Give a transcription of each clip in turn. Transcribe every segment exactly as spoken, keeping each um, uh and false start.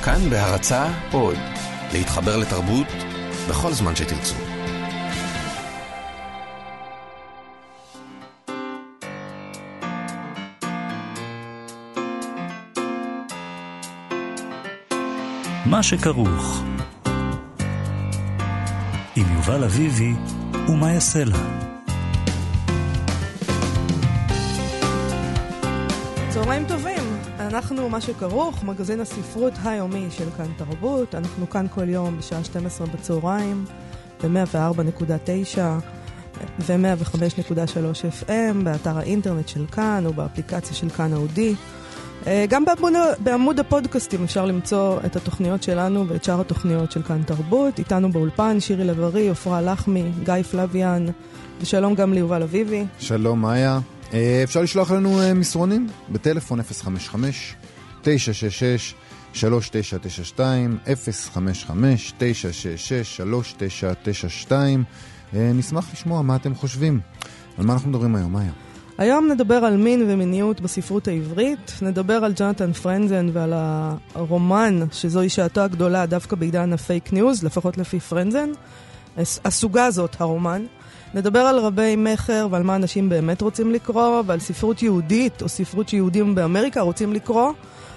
כאן בהרצאה עוד, להתחבר לתרבות בכל זמן שתרצו. מה שכרוך עם יובל אביבי ומה יעשה לה. צהריים טובים, אנחנו מה שכרוך, מגזין הספרות היומי של כאן תרבות. אנחנו כאן כל יום בשעה שתים עשרה בצהריים ב-מאה וארבע נקודה תשע ו-מאה וחמש נקודה שלוש אף אם באתר האינטרנט של כאן ובאפליקציה של כאן אודי. גם בעמוד, בעמוד הפודקאסטים אפשר למצוא את התוכניות שלנו ואת שאר התוכניות של כאן תרבות. איתנו באולפן שירי לב-ארי, עפרה לחמי, גיא פלוויאן, ושלום גם ליובל אביבי. שלום מאיה. אפשר לשלוח לנו מסרונים בטלפון אפס חמש חמש תשע שש שש שלוש תשע תשע שתיים אפס חמש חמש תשע שש שש שלוש תשע תשע שתיים. נשמח לשמוע מה אתם חושבים. על מה אנחנו מדברים היום, מאיה? היום נדבר על מין ומיניות בספרות העברית, נדבר על ג'ונתן פרנזן ועל הרומן שזוהי שעתו הגדולה דווקא בעידן הפייק ניוז, לפחות לפי פרנזן, הסוגה הזאת, הרומן. נדבר על רבי מחר ועל מה אנשים באמת רוצים לקרוא, ועל ספרות יהודית או ספרות שיהודים באמריקה רוצים לקרוא,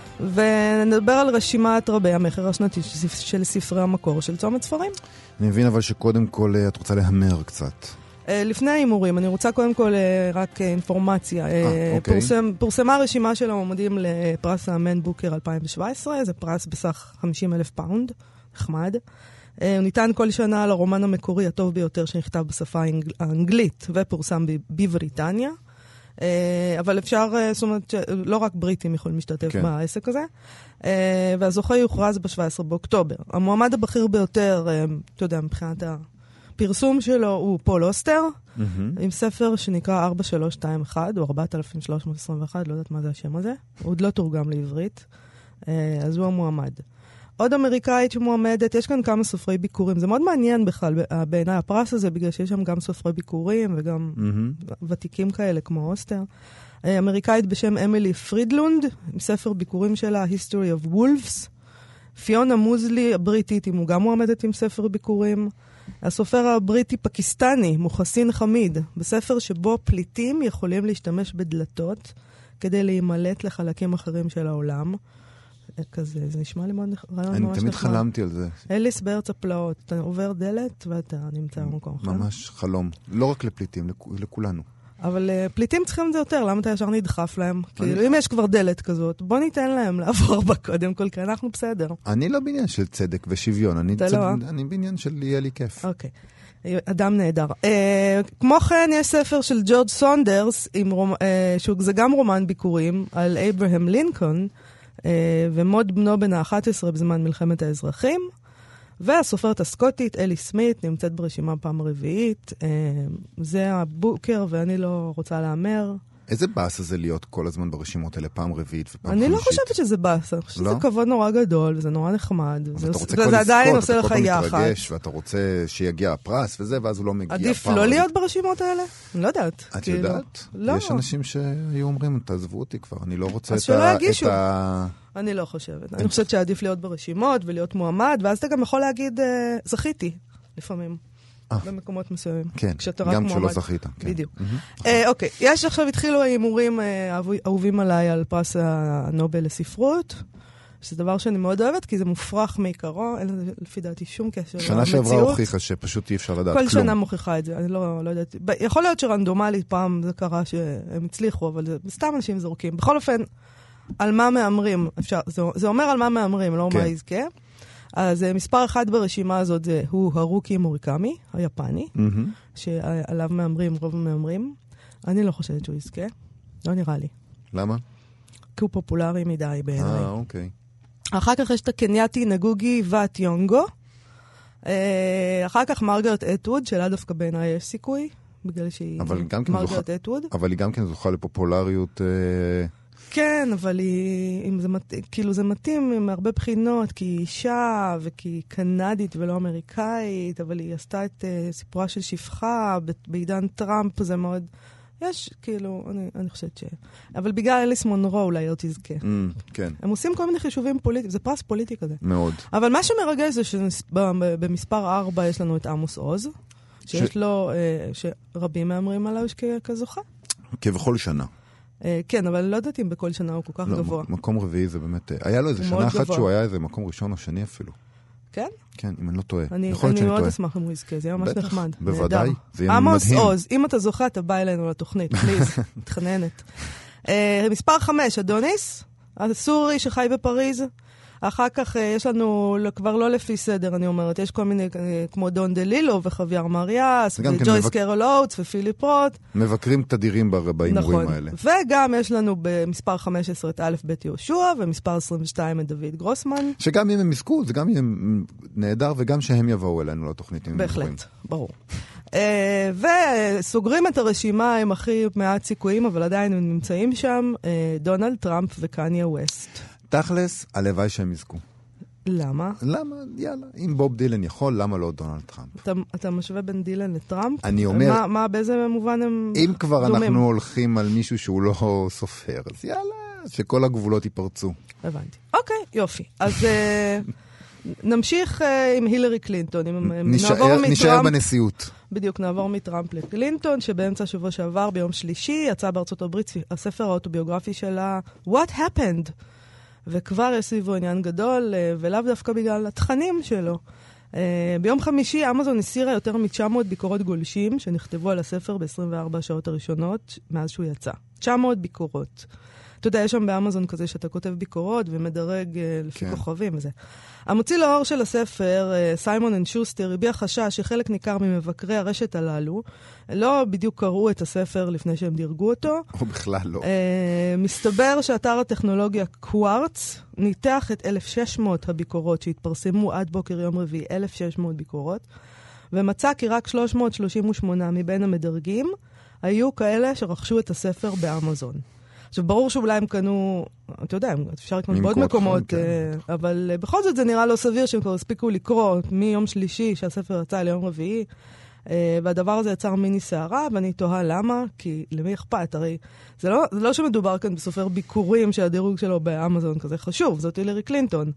ונדבר על רשימת רבי המחר השנתית של ספרי המקור של צומת ספרים. אני מבין אבל שקודם כל את רוצה להמר קצת. לפני האימורים, אני רוצה קודם כל רק אינפורמציה. פורסם, פורסמה רשימה של המועמדים לפרס האמן בוקר אלפיים שבע עשרה, זה פרס בסך חמישים אלף פאונד, נחמד. הוא ניתן כל שנה לרומן המקורי הטוב ביותר שנכתב בשפה האנגלית ופורסם בבריטניה. אבל אפשר, זאת אומרת, לא רק בריטים יכולים להשתתף כן. בעסק הזה. והזוכה יוכרז ב-שבעה עשר באוקטובר. המועמד הבכיר ביותר, אתה יודע, מבחינת ה... הפרסום שלו הוא פול אוסטר, mm-hmm. עם ספר שנקרא ארבע שלוש שתיים אחת, או ארבעת אלפים שלוש מאות עשרים ואחת, לא יודעת מה זה השם הזה. הוא עוד לא תורגם לעברית, אז הוא המועמד. עוד אמריקאית שמועמדת, יש כאן כמה סופרי ביקורים. זה מאוד מעניין בכלל בעיניי הפרס הזה, בגלל שיש שם גם סופרי ביקורים, וגם mm-hmm. ותיקים כאלה כמו אוסטר. אמריקאית בשם אמילי פרידלונד, עם ספר ביקורים שלה, History of Wolves. פיונה מוזלי, הבריטית, היא גם מועמדת עם ספר ביקורים. הסופר הבריטי-פקיסטני, מוחסין חמיד, בספר שבו פליטים יכולים להשתמש בדלתות כדי להימלט לחלקים אחרים של העולם. כזה, זה נשמע לי מאוד רעיון ממש נחמד. אני תמיד חלמתי על זה. אליס בארץ הפלאות, אתה עובר דלת ואתה נמצא במקום אחר. ממש חלום. לא רק לפליטים, לכולנו. אבל uh, פליטים צריכים את זה יותר, למה אתה ישר נדחף להם? כאילו, אם יש כבר דלת כזאת, בוא ניתן להם לעבור בה קודם כל, כי אנחנו בסדר. אני לא בעניין של צדק ושוויון, אני, צד... לא? אני בעניין של יהיה לי כיף. אוקיי, אדם נהדר. Uh, כמו כן, יש ספר של ג'ורג' סונדרס, עם רומ... uh, שזה גם רומן ביקורים, על אברהם לינקולן, uh, ומוד בנו בן ה-אחת עשרה בזמן מלחמת האזרחים, והסופרת הסקוטית, אלי סמית, נמצאת ברשימה פעם רביעית. זה הבוקר, ואני לא רוצה לאמר. איזה באס הזה להיות כל הזמן ברשימות האלה, פעם רביעית ופעם אני חמישית? לא חושבת שזה באס, אני חושבת לא? שזה כבוד נורא גדול, וזה נורא נחמד. אבל זה, אתה רוצה זה, כל זה עדיין לזכות, עושה לך אתה כל פעם יחד. מתרגש, ואתה רוצה שיגיע הפרס וזה, ואז הוא לא מגיע. עדיף לא להיות ברשימות האלה? אני לא יודעת. את כאילו, יודעת? לא. יש אנשים שהיו אומרים, תעזבו אותי כבר, אני לא רוצה אז את, שלא ה... יגישו. את ה... אני לא חושבת. אני חושבת שעדיף להיות ברשימות ולהיות מועמד, ואז אתה גם יכול להגיד, זכיתי, לפעמים. במקומות מסוימים. כן, גם כשלא זכית. בדיוק. אוקיי, יש עכשיו התחילו ההימורים אהובים עליי על פרס הנובל לספרות, שזה דבר שאני מאוד אוהבת, כי זה מופרך מעיקרו, אין לזה לפי דעתי שום קשר למציאות. שנה שעברה הוכיחה שפשוט אי אפשר לדעת כלום. כל שנה מוכיחה את זה, אני לא יודעת. יכול להיות שרנדומלית פעם זה קרה שהם הצליחו, אבל סתם אנשים זורקים. בכל אופן, על מה מאמרים, זה אומר על מה מאמרים, לא מה יזכה. אז מספר אחד ברשימה הזאת זה הוא הרוקי מוריקמי, היפני, mm-hmm. שעליו מאמרים, רוב מאמרים. אני לא חושבת שהוא יזכה, לא נראה לי. למה? כי הוא פופולרי מדי בעיניי. אה, אוקיי. אחר כך יש את הקנייתי נגוגי ואת יונגו. אחר כך מרגרט אטווד, שלה דווקא בעיניי יש סיכוי, בגלל שהיא מרגרט אטווד. אבל היא גם כן זוכה לפופולריות... כן, אבל היא, אם זה, כאילו זה מתאים עם הרבה בחינות, כי היא אישה וכי היא קנדית ולא אמריקאית, אבל היא עשתה את uh, סיפורה של שפחה, בעידן טראמפ זה מאוד יש, כאילו, אני, אני חושבת ש... אבל בגלל אליס מונרו אולי לא תזכה. Mm, כן. הם עושים כל מיני חישובים פוליטיים, זה פרס פוליטי כזה. מאוד. אבל מה שמרגש זה שבמספר ארבע יש לנו את עמוס עוז, שיש ש... לו, אה, שרבים מאמרים עליו כזוכה. כבכל שנה. אה, כן, אבל לא יודעת אם בכל שנה הוא כל כך לא, גבוה. מקום רביעי זה באמת... היה לו איזה שנה אחת גבוה. שהוא היה איזה מקום ראשון או שני אפילו. כן? כן, אם אני לא טועה. אני, אני מאוד אשמח אם הוא יזכה, זה יהיה ממש נחמד. בוודאי, זה יהיה עמוס מדהים. עוז, אם אתה זוכה, אתה בא אלינו לתוכנית, פליז, מתחננת. uh, מספר חמש, אדוניס, הסורי שחי בפריז. אחר כך uh, יש לנו, כבר לא לפי סדר, אני אומרת, יש כל מיני, uh, כמו דון דלילו וחוויאר מריאס, וג'ויס מבק... קרול אוטס ופיליפ רוט. מבקרים תדירים בהימורים נכון. האלה. וגם יש לנו במספר חמש עשרה את א' ב' יהושע, ומספר עשרים ושתיים את דוד גרוסמן. שגם אם הם יזכו, זה גם יהיה נהדר, וגם שהם יבואו אלינו לתוכנית. בהחלט, ברור. Uh, וסוגרים את הרשימה עם הכי מעט סיכויים, אבל עדיין הם נמצאים שם, uh, דונלד טראמפ וקניה ווסט. תכלס, הלוואי שהם יזכו. למה? למה? יאללה. אם בוב דילן יכול, למה לא דונלד טראמפ? אתה, אתה משווה בין דילן לטראמפ? אני אומר... מה, מה, באיזה מובן הם אם כבר דומים? אנחנו הולכים על מישהו שהוא לא סופר, אז יאללה, שכל הגבולות ייפרצו. הבנתי. אוקיי, יופי. אז uh, נמשיך uh, עם הילרי קלינטון. נשאר, נשאר בנשיאות. בדיוק, נעבור מטראמפ לקלינטון, שבאמצע שבוע שעבר, ביום שלישי, יצא בארצות הברית הספר האוטוביוגרפי שלה, What Happened? וכבר יש סביבו עניין גדול, ולאו דווקא בגלל התכנים שלו. ביום חמישי, אמזון הסירה יותר מ-תשע מאות ביקורות גולשים, שנכתבו על הספר ב-עשרים וארבע השעות הראשונות, מאז שהוא יצא. תשע מאות ביקורות. אתה יודע, יש שם באמזון כזה שאתה כותב ביקורות ומדרג לפי כן. כוכבים וזה. המוציא לאור של הספר, סיימון אנד שוסטר, הביע חשש שחלק ניכר ממבקרי הרשת הללו, לא בדיוק קראו את הספר לפני שהם דירגו אותו. או בכלל לא. מסתבר שאתר הטכנולוגיה קווארץ ניתח את אלף ושש מאות הביקורות שהתפרסמו עד בוקר יום רביעי, אלף ושש מאות ביקורות, ומצא כי רק שלוש מאות שלושים ושמונה מבין המדרגים היו כאלה שרכשו את הספר באמזון. עכשיו, ברור שאולי הם קנו, אתה יודע, אפשר לקנות בעוד מקומות, כן. אבל בכל זאת זה נראה לא סביר שהם כבר הספיקו לקרוא מיום שלישי שהספר יצא ליום רביעי, והדבר הזה יצר מיני סערה, ואני תוהה למה, כי למי אכפת? הרי זה לא, זה לא שמדובר כאן בסופר ביקורים שהדירוג שלו באמזון כזה חשוב, זאת הילרי קלינטון.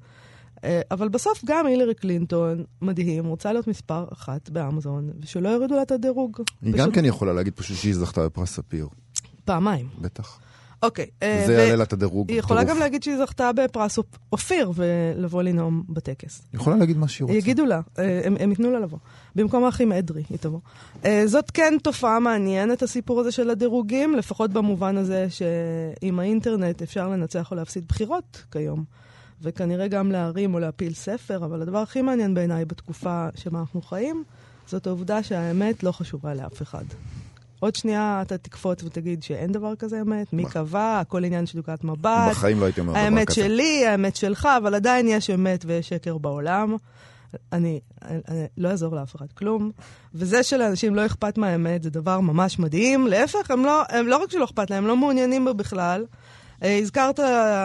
אבל בסוף גם הילרי קלינטון, מדהים, רוצה להיות מספר אחת באמזון, ושלא יורידו לה את הדירוג. היא גם כן יכולה להגיד פשוט שהיא זכתה בפרס ספיר. פעמיים. בטח. אוקיי. זה יעלה לה את הדירוג. היא יכולה גם להגיד שהיא זכתה בפרס אופיר ולבוא לנאום בטקס. היא יכולה להגיד מה שהיא רוצה. יגידו לה, הם ייתנו לה לבוא. במקום האחים אדרי, היא תבוא. זאת כן תופעה מעניינת, הסיפור הזה של הדירוגים, לפחות במובן הזה שעם האינטרנט אפשר לנצח או להפסיד בחירות כיום. וכנראה גם להרים או להפיל ספר, אבל הדבר הכי מעניין בעיניי בתקופה שמה אנחנו חיים, זאת העובדה שהאמת לא חשובה לאף אחד. עוד שנייה אתה תקפוץ ותגיד שאין דבר כזה אמת, מי קבע, הכל עניין של דוקת מבט. בחיים לא הייתי אומר דבר כזה. האמת שלי, האמת שלך, אבל עדיין יש אמת ויש שקר בעולם. אני, אני, אני לא אעזור לאף אחד כלום. וזה שלאנשים לא אכפת מהאמת, זה דבר ממש מדהים. להפך, הם לא, הם לא רק שלא אכפת להם, הם לא מעוניינים בה בכלל. הזכרת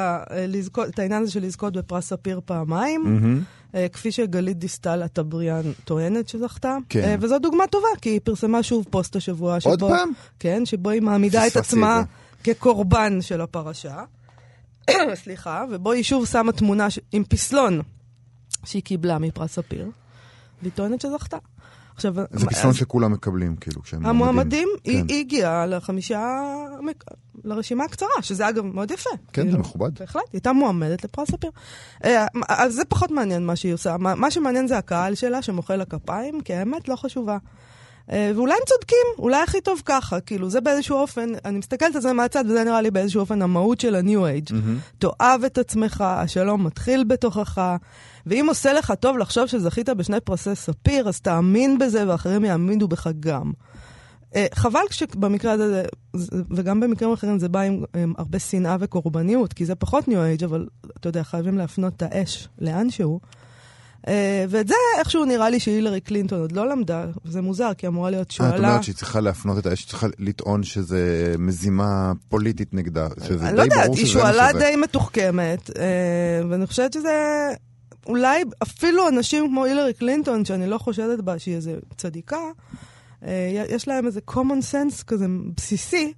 לזכות, את העניין הזה של לזכות בפרס ספיר פעמיים, mm-hmm. כפי שגלית דיסטל הטבריאן טוענת שזכתה. כן. וזו דוגמה טובה, כי היא פרסמה שוב פוסט השבוע. עוד שבו, פעם? כן, שבו היא מעמידה את עצמה כקורבן של הפרשה. סליחה, ובו היא שוב שמה תמונה ש... עם פסלון שהיא קיבלה מפרס ספיר, והיא טוענת שזכתה. עכשיו, זה פסלון שכולם מקבלים, כאילו, כשהם המועמדים, היא הגיעה לחמישה, לרשימה הקצרה, שזה אגב מאוד יפה. כן, זה מכובד. בהחלט, היא הייתה מועמדת לפרס ספיר. אז זה פחות מעניין מה שהיא עושה. מה שמעניין זה הקהל שלה, שמוחא לה כפיים, כי האמת לא חשובה. ואולי הם צודקים, אולי הכי טוב ככה, כאילו, זה באיזשהו אופן, אני מסתכלת על זה מהצד, וזה נראה לי באיזשהו אופן המהות של הניו אייג'. תאהב את עצמך, השלום מתחיל בתוכך, ואם עושה לך טוב לחשוב שזכית בשני פרסי ספיר, אז תאמין בזה, ואחרים יאמינו בך גם. חבל שבמקרה הזה, וגם במקרים אחרים, זה בא עם, עם הרבה שנאה וקורבניות, כי זה פחות ניו אייג', אבל אתה יודע, חייבים להפנות את האש לאנשהו. Uh, ואת זה איכשהו נראה לי שהילרי קלינטון עוד לא למדה, וזה מוזר, כי אמורה להיות שואלה... את אומרת שהיא צריכה להפנות את האש, שהיא צריכה לטעון שזה מזימה פוליטית נגדה, שזה די לא ברור שזה... היא שואלה די מתוחכמת, uh, ואני חושבת שזה... אולי אפילו אנשים כמו הילרי קלינטון, שאני לא חושדת בה שהיא איזה צדיקה, יש להם איזה common sense כזה בסיסי.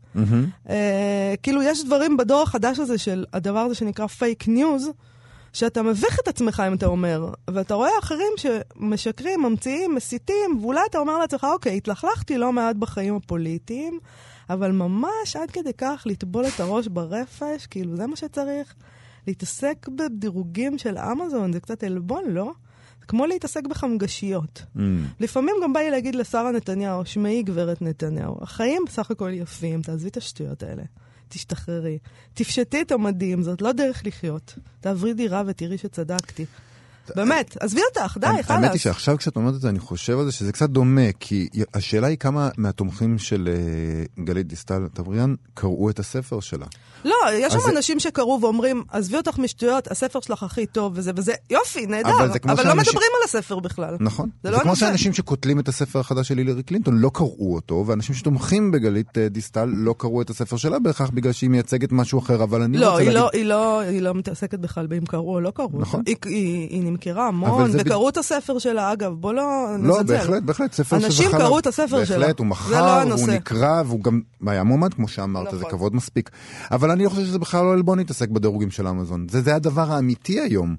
כאילו יש דברים בדור החדש הזה של הדבר הזה שנקרא fake news, שאתה מביך את עצמך אם אתה אומר, ואתה רואה אחרים שמשקרים, ממציאים, מסיתים, ואולי אתה אומר לעצמך, אוקיי, התלכלכתי לא מעט בחיים הפוליטיים, אבל ממש עד כדי כך לטבול את הראש ברפש, כאילו זה מה שצריך. להתעסק בדירוגים של אמזון, זה קצת אלבון, לא? זה כמו להתעסק בחמגשיות. Mm. לפעמים גם בא לי להגיד לשרה נתניהו, שמעי גברת נתניהו, החיים בסך הכל יפים, תעזבי את השטויות האלה. תשתחררי. תפשטי את המדים, זאת לא דרך לחיות. תעברי דירה ותראי שצדקתי. באמת, עזבי אותך, די, חלאס. האמת היא שעכשיו כשאת אומרת את זה, אני חושב על זה שזה קצת דומה, כי השאלה היא כמה מהתומכים של גלית דיסטל אטבריאן קראו את הספר שלה. לא, יש שם אנשים שקראו ואומרים, עזבי אותך משטויות, הספר שלך הכי טוב וזה וזה, יופי, נהדר, אבל לא מדברים על הספר בכלל. נכון. זה כמו שאנשים שקוטלים את הספר החדש של הילרי קלינטון לא קראו אותו, ואנשים שתומכים בגלית דיסטל לא קראו את הספר שלה בהכרח בגלל שהיא מייצגת משהו אחר, אבל אני רוצה להגיד... לא, היא לא מתעסקת בכלל באם קראו או לא קראו. נכון. היא נמכרה המון, וקראו את הספר שלה, אגב, בוא לא נזלזל. לא, בהחלט, בהחלט, ספר אנשים קראו את הספר שלה. בהחלט, הוא מחר, הוא נקרא, והוא גם היה מועמד, כמו שאמרת, זה כבוד מספיק. אבל אני חושב שזה בכלל לא אלבון להתעסק בדירוגים של אמזון. זה, זה הדבר האמיתי היום.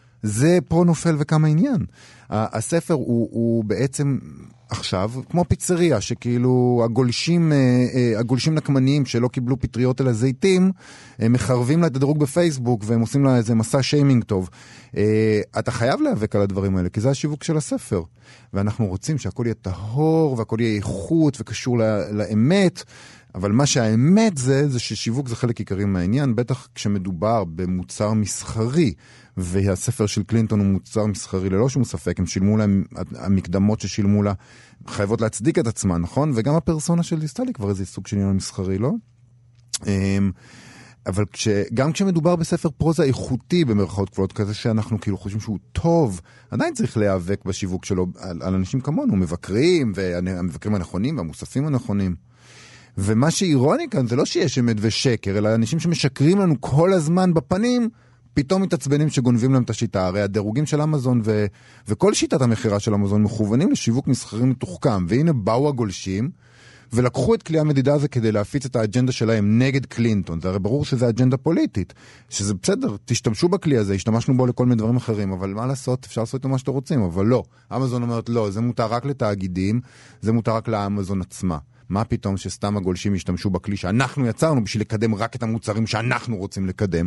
זה פה נופל וכמה עניין. הספר הוא, הוא בעצם עכשיו, כמו פיצריה, שכאילו הגולשים, הגולשים נקמניים שלא קיבלו פטריות אלא זיתים, מחרבים לה את הדירוג בפייסבוק, והם עושים לה איזה מסע שיימינג טוב. אתה חייב להיאבק על הדברים האלה, כי זה השיווק של הספר. ואנחנו רוצים שהכל יהיה טהור, והכל יהיה איכות, וקשור לאמת, אבל מה שהאמת זה, זה ששיווק זה חלק עיקרי מהעניין, בטח כשמדובר במוצר מסחרי, והספר של קלינטון הוא מוצר מסחרי ללא שום ספק, הם שילמו להם, המקדמות ששילמו לה, חייבות להצדיק את עצמה, נכון? וגם הפרסונה של דיסטלי כבר איזה סוג של עניין מסחרי, לא? אבל כש, גם כשמדובר בספר פרוזה איכותי במרכאות כפולות כזה שאנחנו כאילו חושבים שהוא טוב, עדיין צריך להיאבק בשיווק שלו על, על אנשים כמונו, מבקרים, והמבקרים הנכונים והמוספים הנכונים. ומה שאירוני כאן זה לא שיש אמת ושקר, אלא אנשים שמשקרים לנו כל הזמן בפנים, פתאום מתעצבנים שגונבים להם את השיטה. הרי הדירוגים של אמזון ו... וכל שיטת המחירה של אמזון מכוונים לשיווק מסחרי מתוחכם, והנה באו הגולשים, ולקחו את כלי המדידה הזה כדי להפיץ את האג'נדה שלהם נגד קלינטון. זה הרי ברור שזה אג'נדה פוליטית, שזה בסדר, תשתמשו בכלי הזה, השתמשנו בו לכל מיני דברים אחרים, אבל מה לעשות? אפשר לעשות את מה שאתם רוצים, אבל לא. אמזון אומרת לא, זה מותר רק לתאגידים, זה מותר רק לאמזון עצמה. מה פתאום שסתם הגולשים ישתמשו בכלי שאנחנו יצרנו בשביל לקדם רק את המוצרים שאנחנו רוצים לקדם?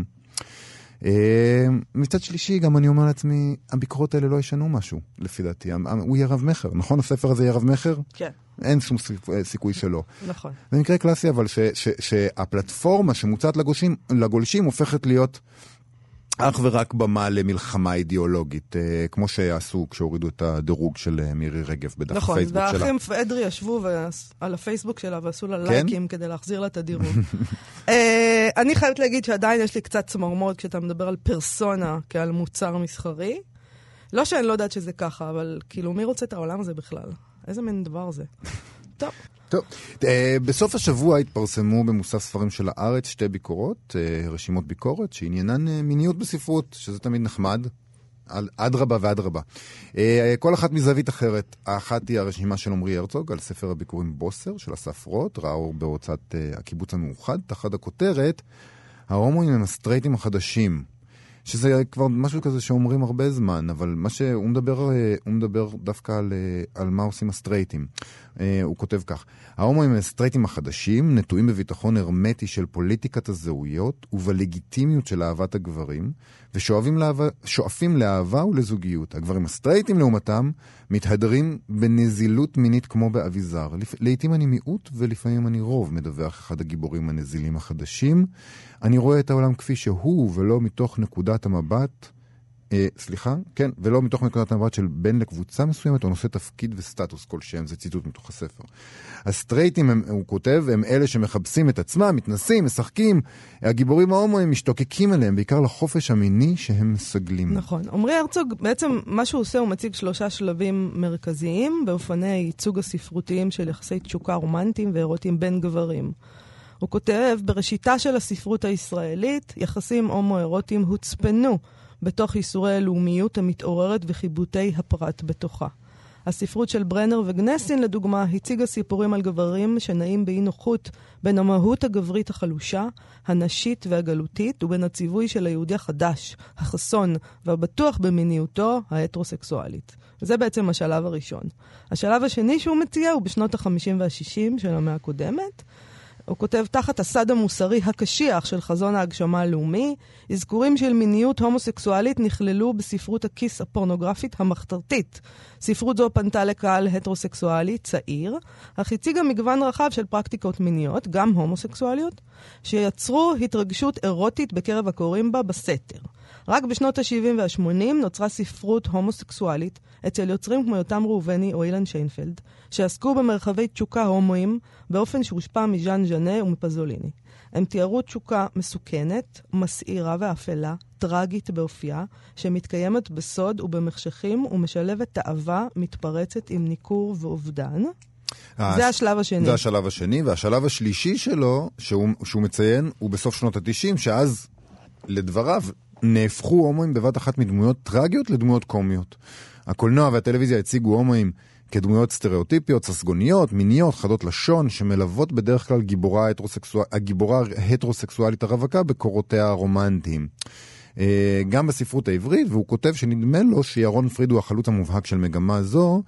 מצד שלישי, גם אני אומר לעצמי, הביקורות האלה לא ישנו משהו, לפי דעתי. הוא יהיה רב מחר, נכון? הספר הזה יהיה רב מחר? כן. אין שום סיכוי שלו. נכון. זה מקרה קלאסי, אבל שהפלטפורמה שמוצעת לגולשים הופכת להיות אך ורק במה למלחמה אידיאולוגית, כמו שעשו כשהורידו את הדירוג של מירי רגב בדף נכון, הפייסבוק שלה. והאחים פדרי ישבו על הפייסבוק שלה ועשו לה לייקים כדי להחזיר לה את הדירוג. אני חייבת להגיד שעדיין יש לי קצת צמרמורת כשאתה מדבר על פרסונה כעל מוצר מסחרי. לא שאני לא יודעת שזה ככה, אבל כאילו מי רוצה את העולם הזה בכלל? איזה מין דבר זה? טוב. טוב, בסוף השבוע התפרסמו במוסף ספרים של הארץ שתי ביקורות, רשימות ביקורת, שעניינן מיניות בספרות, שזה תמיד נחמד, עד רבה ועד רבה. כל אחת מזווית אחרת, האחת היא הרשימה של עמרי הרצוג, על ספר הביקורים בוסר של אסף רוט, ראה אור בהוצאת הקיבוץ המאוחד, תחת הכותרת, ההומואים הם הסטרייטים החדשים, שזה כבר משהו כזה שאומרים הרבה זמן, אבל מה שהוא מדבר, הוא מדבר דווקא על, על מה עושים הסטרייטים. הוא כותב כך, ההומואים הם הסטרייטים החדשים, נטועים בביטחון הרמטי של פוליטיקת הזהויות ובלגיטימיות של אהבת הגברים, ושואפים לאהבה, שואפים לאהבה ולזוגיות. הגברים הסטרייטים לעומתם מתהדרים בנזילות מינית כמו באביזר. לעתים אני מיעוט ולפעמים אני רוב, מדווח אחד הגיבורים הנזילים החדשים. אני רואה את העולם כפי שהוא ולא מתוך נקודת המבט, אה, סליחה, כן, ולא מתוך נקודת המבט של בן לקבוצה מסוימת או נושא תפקיד וסטטוס כלשהם, זה ציטוט מתוך הספר. הסטרייטים, הם, הוא כותב, הם אלה שמחפשים את עצמם, מתנסים, משחקים, הגיבורים ההומואים משתוקקים אליהם, בעיקר לחופש המיני שהם מסגלים. נכון. עמרי הרצוג, בעצם מה שהוא עושה, הוא מציג שלושה שלבים מרכזיים, באופני הייצוג הספרותיים של יחסי תשוקה רומנטיים ואירוטיים בין גברים. הוא כותב, בראשיתה של הספרות הישראלית, יחסים הומואירוטיים הוצפנו בתוך ייסורי הלאומיות המתעוררת וחיבוטי הפרט בתוכה. הספרות של ברנר וגנסין, לדוגמה, הציגה סיפורים על גברים שנעים באי נוחות בין המהות הגברית החלושה, הנשית והגלותית, ובין הציווי של היהודי החדש, החסון והבטוח במיניותו ההטרוסקסואלית. וזה בעצם השלב הראשון. השלב השני שהוא מציע הוא בשנות ה-חמישים וה-שישים של המאה הקודמת. הוא כותב תחת הסד המוסרי הקשיח של חזון ההגשמה הלאומי, אזכורים של מיניות הומוסקסואלית נכללו בספרות הכיס הפורנוגרפית המחתרתית. ספרות זו פנתה לקהל הטרוסקסואלי צעיר, אך הציגה מגוון רחב של פרקטיקות מיניות, גם הומוסקסואליות, שיצרו התרגשות אירוטית בקרב הקוראים בה בסתר. רק בשנות ה-שבעים וה-שמונים נוצרה ספרות הומוסקסואלית אצל יוצרים כמו יותם ראובני או אילן שיינפלד, שעסקו במרחבי תשוקה הומואים באופן שהושפע מז'אן ז'אנה ומפזוליני. הם תיארו תשוקה מסוכנת, מסעירה ואפלה, טרגית באופייה, שמתקיימת בסוד ובמחשכים ומשלבת תאווה מתפרצת עם ניכור ואובדן. זה השלב השני. זה השלב השני, והשלב השלישי שלו, שהוא, שהוא מציין, הוא בסוף שנות ה-תשעים, שאז לדבריו נהפכו הומואים בבת אחת מדמויות טרגיות לדמויות קומיות. הקולנוע והטלוויזיה הציגו הומואים כדמויות סטריאוטיפיות, ססגוניות, מיניות, חדות לשון, שמלוות בדרך כלל גיבורה הטרוסקסואל, הגיבורה ההטרוסקסואלית הרווקה בקורותיה הרומנטיים. גם בספרות העברית, והוא כותב שנדמה לו שירון פריד הוא החלוץ המובהק של מגמה זו,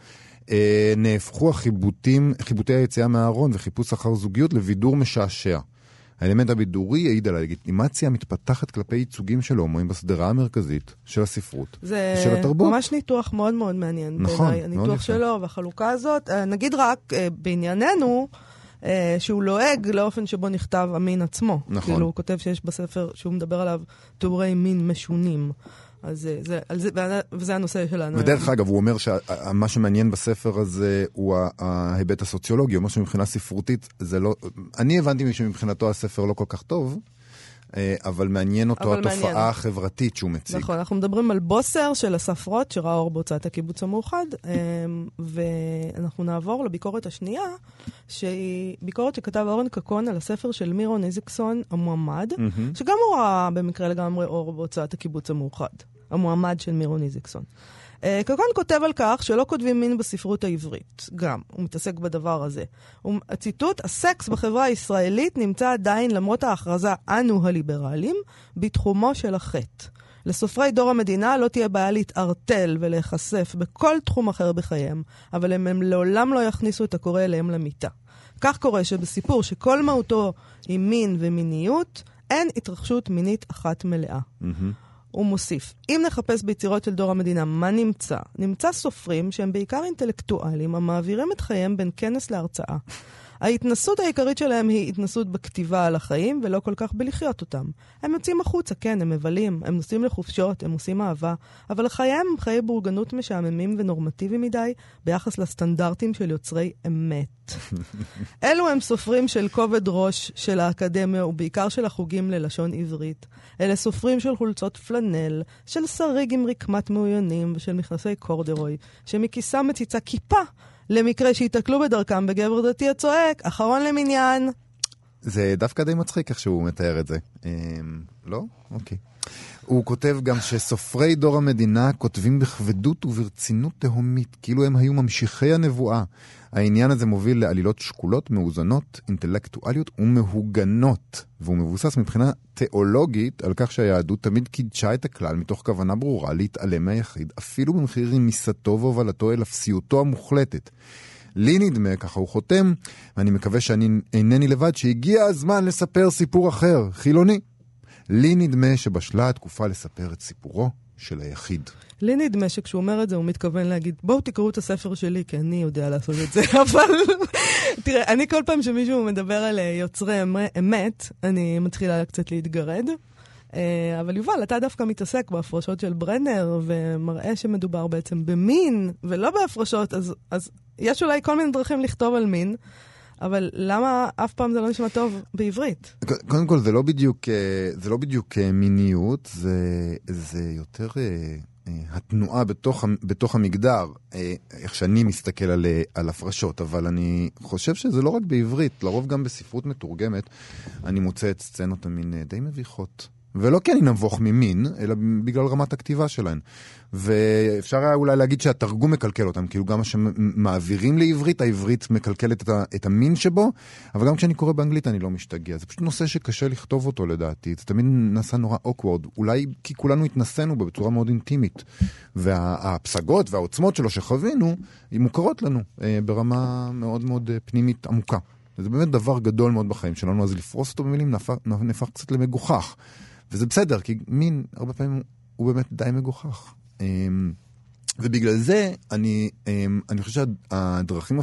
נהפכו החיבוטים, חיבוטי היציאה מהארון וחיפוש אחר זוגיות לבידור משעשע. האלמנט הבידורי העיד על הלגיטימציה המתפתחת כלפי ייצוגים של הומואים בסדרה המרכזית של הספרות ושל התרבות. זה ממש ניתוח מאוד מאוד מעניין. נכון, בעיני, הניתוח שלו והחלוקה הזאת. נגיד רק בענייננו, שהוא לועג לאופן שבו נכתב המין עצמו. נכון. כאילו הוא כותב שיש בספר שהוא מדבר עליו תיאורי מין משונים. אז זה, זה, זה, וזה הנושא שלנו. ודרך אגב, הוא אומר שמה שמעניין בספר הזה הוא ההיבט הסוציולוגי, הוא אומר שמבחינה ספרותית זה לא, אני הבנתי שמבחינתו הספר לא כל כך טוב, אבל מעניין אותו אבל התופעה מעניין. החברתית שהוא מציג. נכון, אנחנו מדברים על בוסר של הספרות שראה אור בהוצאת הקיבוץ המאוחד, ואנחנו נעבור לביקורת השנייה, שהיא ביקורת שכתב אורן קקון על הספר של מירון איזקסון, המועמד, mm-hmm. שגם הוא ראה במקרה לגמרי אור בהוצאת הקיבוץ המאוחד, המועמד של מירון איזקסון. קקון כותב על כך שלא כותבים מין בספרות העברית. גם, הוא מתעסק בדבר הזה. הציטוט, הסקס בחברה הישראלית נמצא עדיין, למרות ההכרזה אנו הליברלים, בתחומו של החטא. לסופרי דור המדינה לא תהיה בעיה להתארטל ולהיחשף בכל תחום אחר בחייהם, אבל הם, הם לעולם לא יכניסו את הקורא אליהם למיטה. כך קורה שבסיפור שכל מהותו היא מין ומיניות, אין התרחשות מינית אחת מלאה. Mm-hmm. הוא מוסיף, אם נחפש ביצירות של דור המדינה, מה נמצא? נמצא סופרים שהם בעיקר אינטלקטואלים, המעבירים את חייהם בין כנס להרצאה. ההתנסות העיקרית שלהם היא התנסות בכתיבה על החיים, ולא כל כך בלחיות אותם. הם יוצאים החוצה, כן, הם מבלים, הם נוסעים לחופשות, הם עושים אהבה, אבל חייהם הם חיי בורגנות משעממים ונורמטיביים מדי, ביחס לסטנדרטים של יוצרי אמת. אלו הם סופרים של כובד ראש של האקדמיה, ובעיקר של החוגים ללשון עברית. אלה סופרים של חולצות פלנל, של שריג עם רקמת מאוינים, ושל מכנסי קורדרוי, שמכיסם מציצה כיפה, למקרה שהתקלו בדרכם בגבר דתי הצועק, אחרון למניין. זה דווקא די מצחיק איך שהוא מתאר את זה. לא? אוקיי. הוא כותב גם שסופרי דור המדינה כותבים בכבדות וברצינות תהומית, כאילו הם היו ממשיכי הנבואה. העניין הזה מוביל לעלילות שקולות, מאוזנות, אינטלקטואליות ומהוגנות, והוא מבוסס מבחינה תיאולוגית על כך שהיהדות תמיד קידשה את הכלל מתוך כוונה ברורה להתעלם מהיחיד, אפילו במחיר רמיסתו והובלתו אל אפסיותו המוחלטת. לי נדמה, ככה הוא חותם, ואני מקווה שאני אינני לבד, שהגיע הזמן לספר סיפור אחר, חילוני. לי נדמה שבשלה התקופה לספר את סיפורו של היחיד. לי נדמה שכשהוא אומר את זה, הוא מתכוון להגיד, בואו תקראו את הספר שלי, כי אני יודע לעשות את זה, אבל תראה, אני כל פעם שמישהו מדבר על יוצרי אמת, אני מתחילה קצת להתגרד, אבל יובל, אתה דווקא מתעסק בהפרשות של ברנר, ומראה שמדובר בעצם במין, ולא בהפרשות, אז, אז יש אולי כל מיני דרכים לכתוב על מין, אבל למה אף פעם זה לא נשמע טוב בעברית? קודם כל, זה לא בדיוק, זה לא בדיוק מיניות, זה, זה יותר התנועה בתוך, בתוך המגדר, איך שאני מסתכל על, על הפרשות, אבל אני חושב שזה לא רק בעברית, לרוב גם בספרות מתורגמת, אני מוצא את סצנות המין די מביכות. ולא כי אני נבוך ממין, אלא בגלל רמת הכתיבה שלהן. ואפשר היה אולי להגיד שהתרגום מקלקל אותם, כאילו גם מה שמעבירים לעברית, העברית מקלקלת את, ה, את המין שבו, אבל גם כשאני קורא באנגלית אני לא משתגע. זה פשוט נושא שקשה לכתוב אותו לדעתי, זה תמיד נעשה נורא awkward, אולי כי כולנו התנסינו בו בצורה מאוד אינטימית, והפסגות והעוצמות שלו שחווינו, הן מוכרות לנו אה, ברמה מאוד מאוד אה, פנימית עמוקה. וזה באמת דבר גדול מאוד בחיים שלנו, אז לפרוס אותו במילים נהפך, נהפך קצת למגוחך. וזה בסדר, כי מין הרבה פעמים הוא באמת די מגוחך. ובגלל זה אני, אני חושב שהדרכים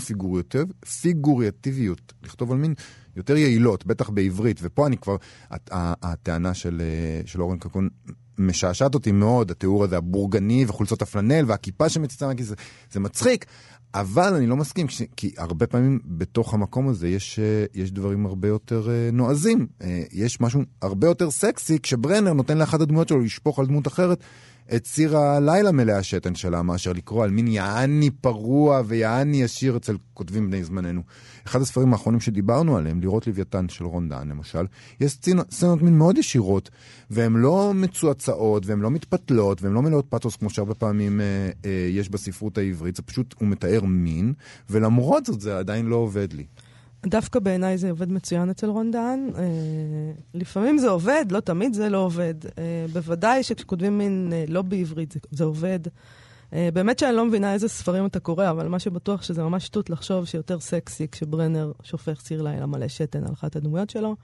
הפיגורטיביות לכתוב על מין יותר יעילות, בטח בעברית, ופה אני כבר, הטענה של, של אורן קקון משעשעת אותי מאוד, התיאור הזה הבורגני וחולצות הפלנל והכיפה שמציצה, זה, זה מצחיק, אבל אני לא מסכים, כי הרבה פעמים בתוך המקום הזה יש, יש דברים הרבה יותר נועזים. יש משהו הרבה יותר סקסי, כשברנר נותן לאחד הדמויות שלו לשפוך על דמות אחרת את סיר הלילה מלאה השתן שלה, מאשר לקרוא על מין יעני פרוע ויעני ישיר אצל כותבים בני זמננו. אחד הספרים האחרונים שדיברנו עליהם, לראות לוויתן של רון דהן למשל, יש סצנות מין מאוד ישירות, והן לא מצועצעות, והן לא מתפתלות, והן לא מלאות פאתוס כמו שהרבה פעמים אה, אה, יש בספרות העברית, זה פשוט, הוא מתאר מין, ולמרות זאת זה עדיין לא עובד לי. דווקא בעיניי זה עובד מצוין אצל רון דהן. אה, לפעמים זה עובד, לא תמיד זה לא עובד. אה, בוודאי שכשכותבים מין אה, לא בעברית זה, זה עובד. אה, באמת שאני לא מבינה איזה ספרים אתה קורא, אבל מה שבטוח שזה ממש שטות לחשוב שיותר סקסי כשברנר שופך סיר לילה מלא שתן על אחת הדמויות שלו.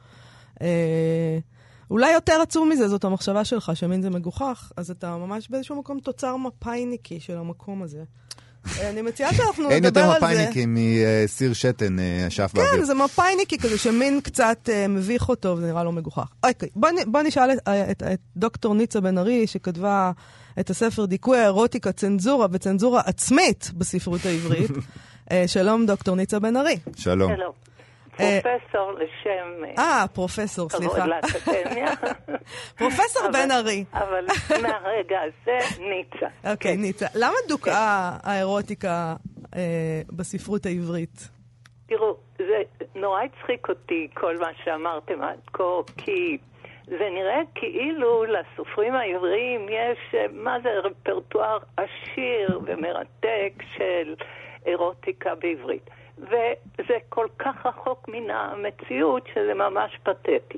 אה, אולי יותר עצוב מזה, זאת המחשבה שלך, שמין זה מגוחך, אז אתה ממש באיזשהו מקום תוצר מפייניקי של המקום הזה. אני מציעה שאנחנו נדבר על זה. אין יותר מפייניקי מסיר שתן שאף באוויר. כן, זה מפייניקי כזה שמין קצת מביך אותו, וזה נראה לו מגוחך. אוקיי, בוא נשאל את דוקטור ניצה בן ארי, שכתבה את הספר דיכוי האירוטיקה, צנזורה וצנזורה עצמית בספרות העברית. שלום, דוקטור ניצה בן ארי. שלום. שלום. פרופסור לשם... אה, פרופסור, סליחה. כבוד לאקדמיה. פרופסור בן ארי. אבל מהרגע הזה ניצה. אוקיי, ניצה. למה דוכאה האירוטיקה בספרות העברית? תראו, זה נורא הצחיק אותי כל מה שאמרתם עד כה, כי זה נראה כאילו לסופרים העבריים יש, מה זה, רפרטואר עשיר ומרתק של אירוטיקה בעברית. וזה כל כך רחוק מן המציאות שזה ממש פתטי.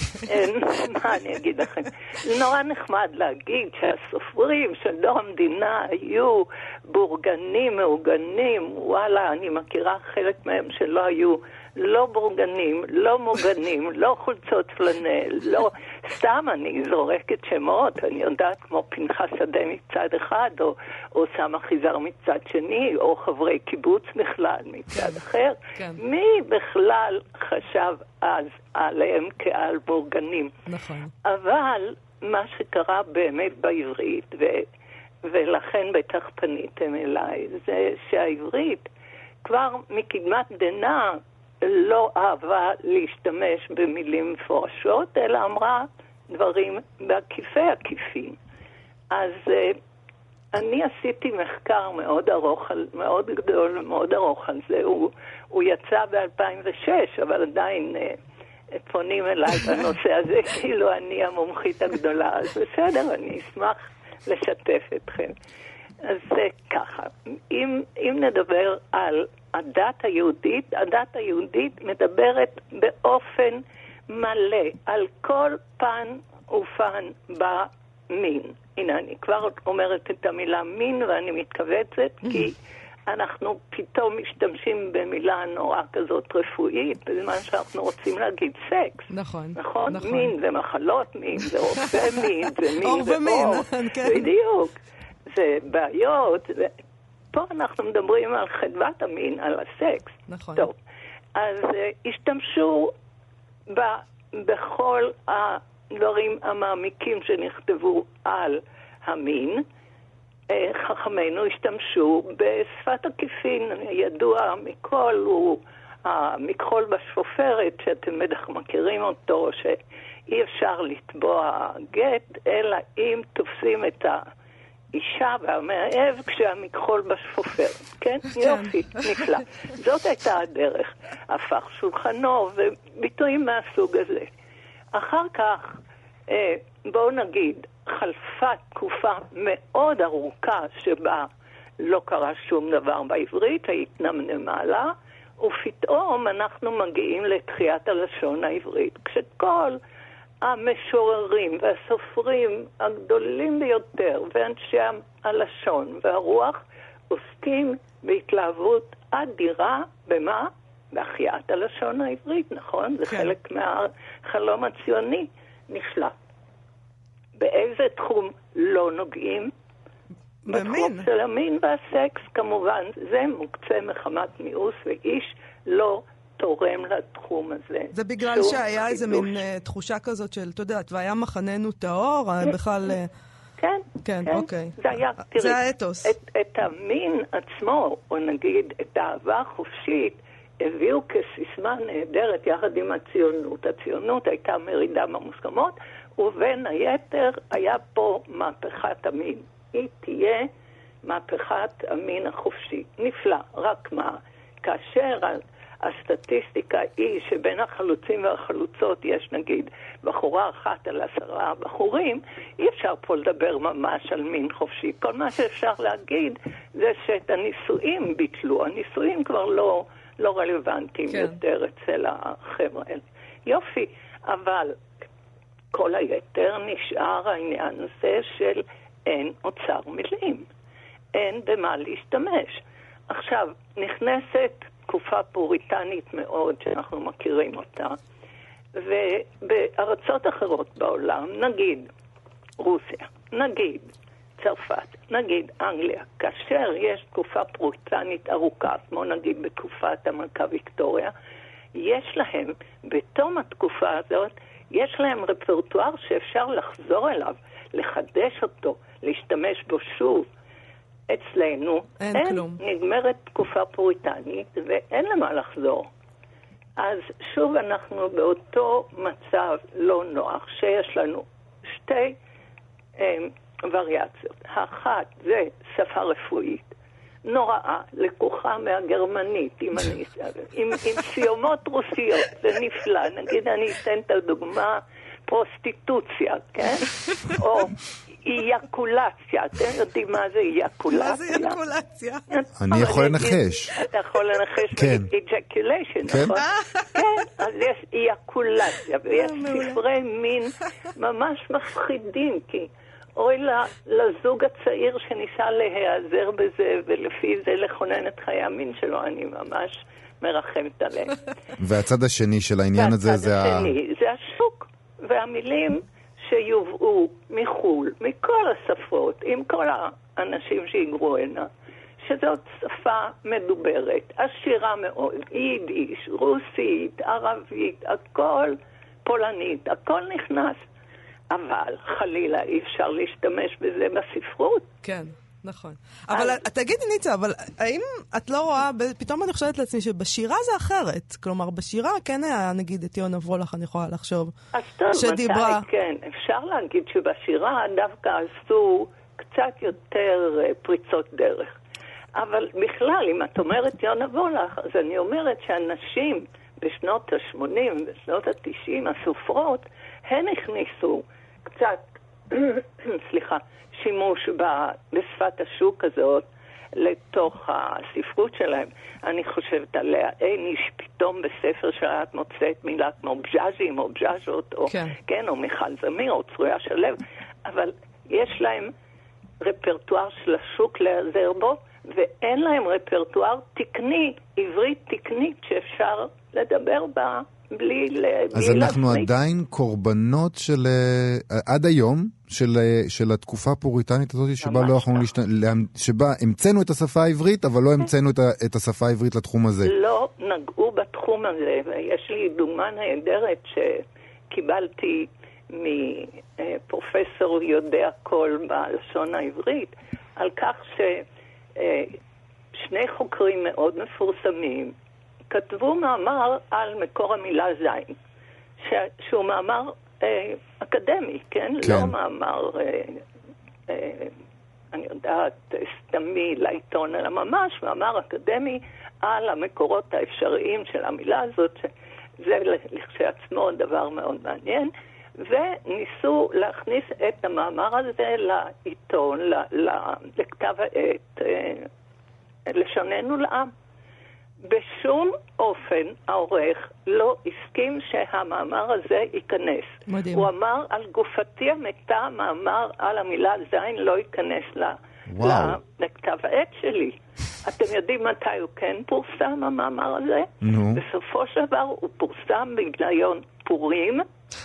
מה אני אגיד לכם? זה נורא נחמד להגיד שהסופרים של דור המדינה היו בורגנים, מעוגנים, וואלה, אני מכירה חלק מהם שלא היו לא בורגנים, לא מוגנים, לא חולצות פלנל, לא... סתם אני זורקת שמות, אני יודעת כמו פנחס שדה מצד אחד, או, או סם אחיזר מצד שני, או חברי קיבוץ בכלל מצד אחר. כן. מי בכלל חשב אז עליהם כעל בורגנים? נכון. אבל מה שקרה באמת בעברית, ו, ולכן בטח פניתם אליי, זה שהעברית כבר מקדמת דנא לא אהבה להשתמש במילים מפורשות, אלא אמרה דברים בעקיפי עקיפים. אז uh, אני עשיתי מחקר מאוד ארוך, מאוד גדול, מאוד ארוך על זה. הוא, הוא יצא ב-אלפיים ושש, אבל עדיין uh, פונים אליי בנושא הזה, כאילו אני המומחית הגדולה. אז בסדר, אני אשמח לשתף אתכם. אז uh, ככה, אם, אם נדבר על הדת היהודית, הדת היהודית מדברת באופן מלא על כל פן ופן במין. הנה, אני כבר אומרת את המילה מין ואני מתכווצת, כי אנחנו פתאום משתמשים במילה נורא כזאת רפואית, בזמן שאנחנו רוצים להגיד סקס. נכון. נכון? נכון. מין זה מחלות מין, זה רופא מין, זה מין אור ומין, כן. בדיוק. זה בעיות, זה... פה אנחנו מדברים על חדוות המין, על הסקס. נכון. טוב, אז uh, השתמשו ב, בכל הדברים המעמיקים שנכתבו על המין. Uh, חכמינו השתמשו בשפת עקיפין, ידוע מכל, הוא המכחול בשפופרת, שאתם בטח מכירים אותו, שאי אפשר לתבוע גט, אלא אם תופסים את ה... אישה והמאהב כשהמכחול בשפופר. כן? יופי, נפלא. זאת הייתה הדרך. הפך שולחנו וביטויים מהסוג הזה. אחר כך, אה, בואו נגיד, חלפה תקופה מאוד ארוכה שבה לא קרה שום דבר בעברית, ההתנמנמה לה, ופתאום אנחנו מגיעים לתחיית הלשון העברית, כשכל המשוררים והסופרים הגדולים ביותר ואנשי הלשון והרוח עוסקים בהתלהבות אדירה במה? בהחיית הלשון העברית, נכון? זה כן. חלק מהחלום הציוני נשלט. באיזה תחום לא נוגעים? במין. בתחום של המין והסקס, כמובן, זה מוקצה מחמת מיאוס, ואיש לא תורם לתחום הזה. זה בגלל שהיה איזה מין uh, תחושה כזאת של, אתה יודעת, והיה מחננו טהור, בכלל... כן, כן, כן. אוקיי. זה היה, תראי, זה האתוס. את, את המין עצמו, או נגיד את האהבה החופשית, הביאו כסיסמה נהדרת יחד עם הציונות. הציונות הייתה מרידה במוסכמות, ובין היתר היה פה מהפכת המין. היא תהיה מהפכת המין החופשי. נפלא, רק מה? כאשר הסטטיסטיקה היא שבין החלוצים והחלוצות יש נגיד בחורה אחת על עשרה בחורים, אי אפשר פה לדבר ממש על מין חופשי. כל מה שאפשר להגיד זה שאת הנישואים ביטלו. הנישואים כבר לא, לא רלוונטיים כן. יותר אצל החבר'ה האלה. יופי, אבל כל היתר נשאר העניין הזה של אין אוצר מילים. אין במה להשתמש. עכשיו, נכנסת תקופה פוריטנית מאוד שאנחנו מכירים אותה, ובארצות אחרות בעולם, נגיד רוסיה, נגיד צרפת, נגיד אנגליה, כאשר יש תקופה פוריטנית ארוכה, כמו נגיד בתקופת המלכה ויקטוריה, יש להם, בתום התקופה הזאת, יש להם רפרטואר שאפשר לחזור אליו, לחדש אותו, להשתמש בו שוב. אצלנו אין, אין כלום. נגמרת תקופה פוריטנית ואין למה לחזור. אז שוב אנחנו באותו מצב לא נוח שיש לנו שתי אה, וריאציות. האחת זה שפה רפואית נוראה, לקוחה מהגרמנית עם, אני, עם, עם סיומות רוסיות, זה נפלא. נגיד אני אתן את הדוגמה פרוסטיטוציה, כן? או אייקולציה. אתם יודעים מה זה אייקולציה? מה זה אייקולציה? אני יכול לנחש. אתה יכול לנחש איג'קוליישן, נכון? כן, אז יש אייקולציה, ויש ספרי מין ממש מפחידים, כי אוי לזוג הצעיר שניסה להיעזר בזה, ולפי זה לכונן את חיי המין שלו, אני ממש מרחמת עליהם. והצד השני של העניין הזה זה ה... והצד השני זה השוק, והמילים שיובאו מחול, מכל השפות, עם כל האנשים שיגרו הנה, שזאת שפה מדוברת, עשירה מאוד, יידיש, רוסית, ערבית, הכל פולנית, הכל נכנס. אבל חלילה אי אפשר להשתמש בזה בספרות. כן, נכון. אבל תגידי ניצה, אבל האם את לא רואה, פתאום אני חושבת לעצמי שבשירה זה אחרת. כלומר, בשירה כן היה, נגיד, את יונה וולך, אני יכולה לחשוב, שדיברה... כן, אפשר להגיד שבשירה דווקא עשו קצת יותר פריצות דרך. אבל בכלל, אם את אומרת יונה וולך, אז אני אומרת שאנשים בשנות ה-שמונים, בשנות ה-תשעים, הסופרות, הן הכניסו קצת, סליחה, שימוש בשפת השוק הזאת לתוך הספרות שלהם. אני חושבת עליה, אין איש פתאום בספר שלה את מוצאת מילה כמו בז'אז'ים או בז'אז'ות, או, כן. כן, או מיכל זמיר או צרויה שלו, אבל יש להם רפרטואר של השוק להיעזר בו, ואין להם רפרטואר תקני, עברית תקנית שאפשר לדבר בה. בלי ל... אז בלי אנחנו להסמיק. עדיין קורבנות של, עד היום, של, של התקופה הפוריטנית הזאת, שבה לא יכולנו להשת... שבה המצאנו את השפה העברית, אבל לא המצאנו את, ה... את השפה העברית לתחום הזה. לא נגעו בתחום הזה, ויש לי דוגמה נהדרת שקיבלתי מפרופסור יודע כל בלשון העברית, על כך ששני חוקרים מאוד מפורסמים, כתבו מאמר על מקור המילה זין, ש... שהוא מאמר אה, אקדמי, כן? כן? לא מאמר, אה, אה, אני יודעת, סתמי לעיתון, אלא ממש מאמר אקדמי על המקורות האפשריים של המילה הזאת, שזה לכשעצמו דבר מאוד מעניין, וניסו להכניס את המאמר הזה לעיתון, לכתב העת, לשוננו לעם. בשום אופן העורך לא הסכים שהמאמר הזה ייכנס. מדהים. הוא אמר על גופתי המתה, המאמר על המילה זין לא ייכנס לה, לכתב העת שלי. אתם יודעים מתי הוא כן פורסם, המאמר הזה? נו. בסופו של דבר הוא פורסם בגיליון פורים,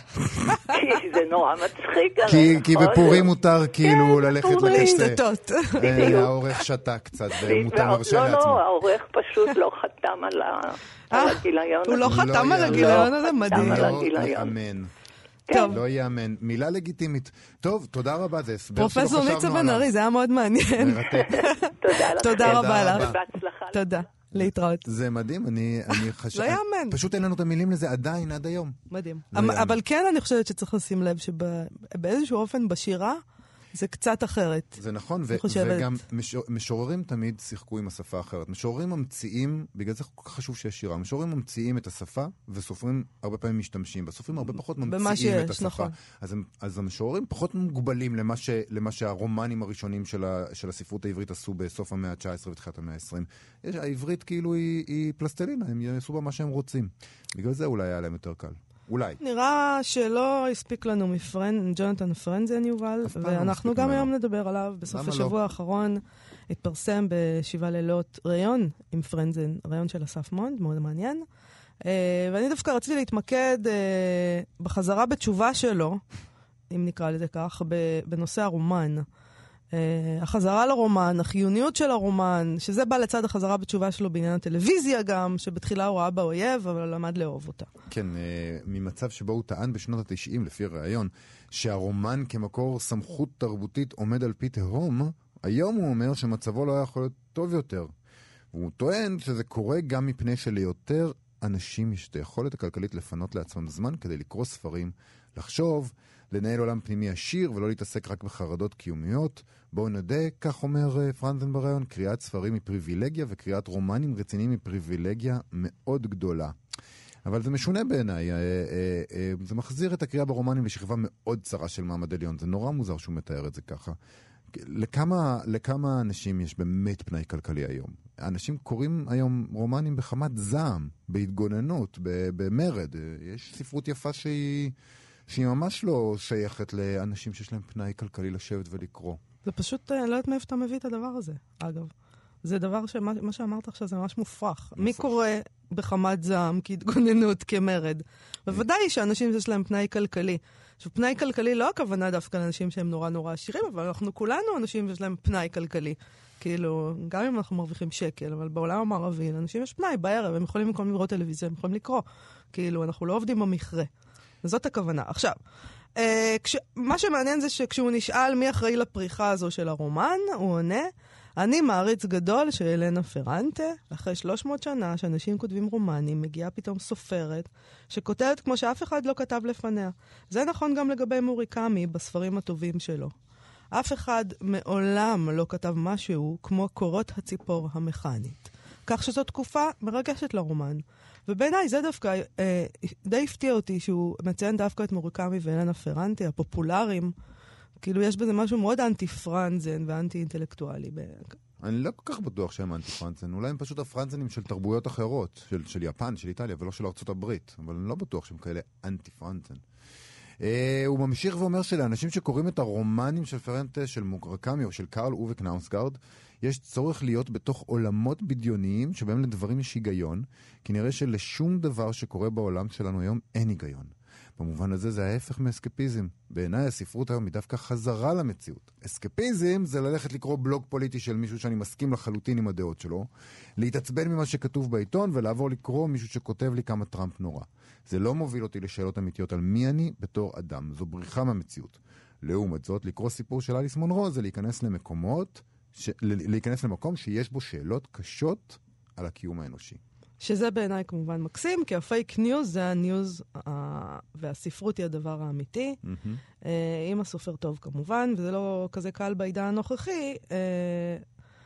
כי זה נורא מצחיק. כי בפורים מותר כאילו ללכת לקצה. העורך שתה קצת, ומותר מרשה לעצמו. לא, לא, העורך פשוט לא חתם על הגיליון. הוא לא חתם על הגיליון הזה, מדהים. לא יאמן. טוב. לא יאמן. מילה לגיטימית. טוב, תודה רבה, זה הסבר שלא חשבנו עליו. פרופסור ניצה בן ארי, זה היה מאוד מעניין. מרתק. תודה לך. תודה רבה לך. בהצלחה. תודה. להתראות. זה מדהים, אני חשב... לא יאמן. פשוט אין לנו את המילים לזה עדיין, עד היום. מדהים. אבל כן אני חושבת שצריך לשים לב שבאיזשהו אופן בשירה, זה קצת אחרת. זה נכון, וגם משוררים תמיד שיחקו עם השפה אחרת. משוררים ממציאים, בגלל זה כל כך חשוב שיש שירה, משוררים ממציאים את השפה, וסופרים הרבה פעמים משתמשים, בסופרים הרבה פחות ממציאים את השפה. אז המשוררים פחות מוגבלים למה שהרומנים הראשונים של הספרות העברית עשו בסוף המאה ה-תשע עשרה ותחילת המאה ה-עשרים. העברית כאילו היא פלסטלינה, הם יעשו בה מה שהם רוצים. בגלל זה אולי היה להם יותר קל. אולי. נראה שלא הספיק לנו מפרנ... ג'ונתן פרנזן יובל, ואנחנו גם היום נדבר עליו. בסוף השבוע האחרון התפרסם בשבעה לילות ראיון עם פרנזן, ראיון של אסף מונד, מאוד מעניין. ואני דווקא רציתי להתמקד בחזרה בתשובה שלו, אם נקרא לזה כך, בנושא הרומן. Uh, החזרה לרומן, החיוניות של הרומן, שזה בא לצד החזרה בתשובה שלו בעניין הטלוויזיה גם, שבתחילה הוא ראה באויב, אבל למד לאהוב אותה. כן, uh, ממצב שבו הוא טען בשנות ה-תשעים, לפי רעיון, שהרומן כמקור סמכות תרבותית עומד על פי תהום, היום הוא אומר שמצבו לא היה יכול להיות טוב יותר. והוא טוען שזה קורה גם מפני שליותר אנשים יש את היכולת הכלכלית לפנות לעצמם זמן כדי לקרוא ספרים, לחשוב, לנהל עולם פנימי עשיר ולא להתעסק רק בחרדות קיומיות. בואו נדע, כך אומר פרנזן ברעיון, קריאת ספרים היא פריבילגיה וקריאת רומנים רציניים היא פריבילגיה מאוד גדולה. אבל זה משונה בעיניי, זה מחזיר את הקריאה ברומנים לשכבה מאוד צרה של מעמד עליון, זה נורא מוזר שהוא מתאר את זה ככה. לכמה, לכמה אנשים יש באמת פנאי כלכלי היום? אנשים קוראים היום רומנים בחמת זעם, בהתגוננות, במרד. יש ספרות יפה שהיא... שהיא ממש לא שייכת לאנשים שיש להם פנאי כלכלי לשבת ולקרוא. זה פשוט, אני לא יודעת מאיפה אתה מביא את הדבר הזה, אגב. זה דבר שמה שאמרת עכשיו זה ממש מופרך. מי קורא בחמת זעם כהתגוננות, כמרד? בוודאי שאנשים שיש להם פנאי כלכלי. עכשיו, פנאי כלכלי לא הכוונה דווקא לאנשים שהם נורא נורא עשירים, אבל אנחנו כולנו אנשים שיש להם פנאי כלכלי. כאילו, גם אם אנחנו מרוויחים שקל, אבל בעולם המערבי, לאנשים יש פנאי בערב, הם יכולים במקום לראות טלוויזיה, הם יכולים לקרוא. כאילו, אנחנו לא עובדים במכרה. זאת הכוונה. עכשיו, אה, כש, מה שמעניין זה שכשהוא נשאל מי אחראי לפריחה הזו של הרומן, הוא עונה, אני מעריץ גדול של אלנה פרנטה, אחרי שלוש מאות שנה שאנשים כותבים רומנים, מגיעה פתאום סופרת, שכותבת כמו שאף אחד לא כתב לפניה. זה נכון גם לגבי מוריקמי בספרים הטובים שלו. אף אחד מעולם לא כתב משהו כמו קורות הציפור המכנית. כך שזו תקופה מרגשת לרומן. ובעיניי זה דווקא אה, די הפתיע אותי שהוא מציין דווקא את מוריקמי ואלנה פרנטה, הפופולריים. כאילו יש בזה משהו מאוד אנטי-פרנזן ואנטי-אינטלקטואלי. אני לא כל כך בטוח שהם אנטי-פרנזן. אולי הם פשוט הפרנזנים של תרבויות אחרות, של, של יפן, של איטליה, ולא של ארצות הברית. אבל אני לא בטוח שהם כאלה אנטי-פרנזן. אה, הוא ממשיך ואומר שלאנשים שקוראים את הרומנים של פרנטה, של מוריקמי או של קרל אובה קנאוסגרד, יש צורך להיות בתוך עולמות בדיוניים שבהם לדברים יש היגיון, כי נראה שלשום דבר שקורה בעולם שלנו היום אין היגיון. במובן הזה זה ההפך מאסקפיזם. בעיניי הספרות היום היא דווקא חזרה למציאות. אסקפיזם זה ללכת לקרוא בלוג פוליטי של מישהו שאני מסכים לחלוטין עם הדעות שלו, להתעצבן ממה שכתוב בעיתון ולעבור לקרוא מישהו שכותב לי כמה טראמפ נורא. זה לא מוביל אותי לשאלות אמיתיות על מי אני בתור אדם. זו בריחה מהמציאות. לעומת זאת, לקרוא סיפור של אליס מונרו זה להיכנס למקומות ש... להיכנס למקום שיש בו שאלות קשות על הקיום האנושי. שזה בעיניי כמובן מקסים, כי הפייק ניוז זה הניוז, ה... והספרות היא הדבר האמיתי. Mm-hmm. אה, אם הסופר טוב כמובן, וזה לא כזה קל בעידן הנוכחי, אה,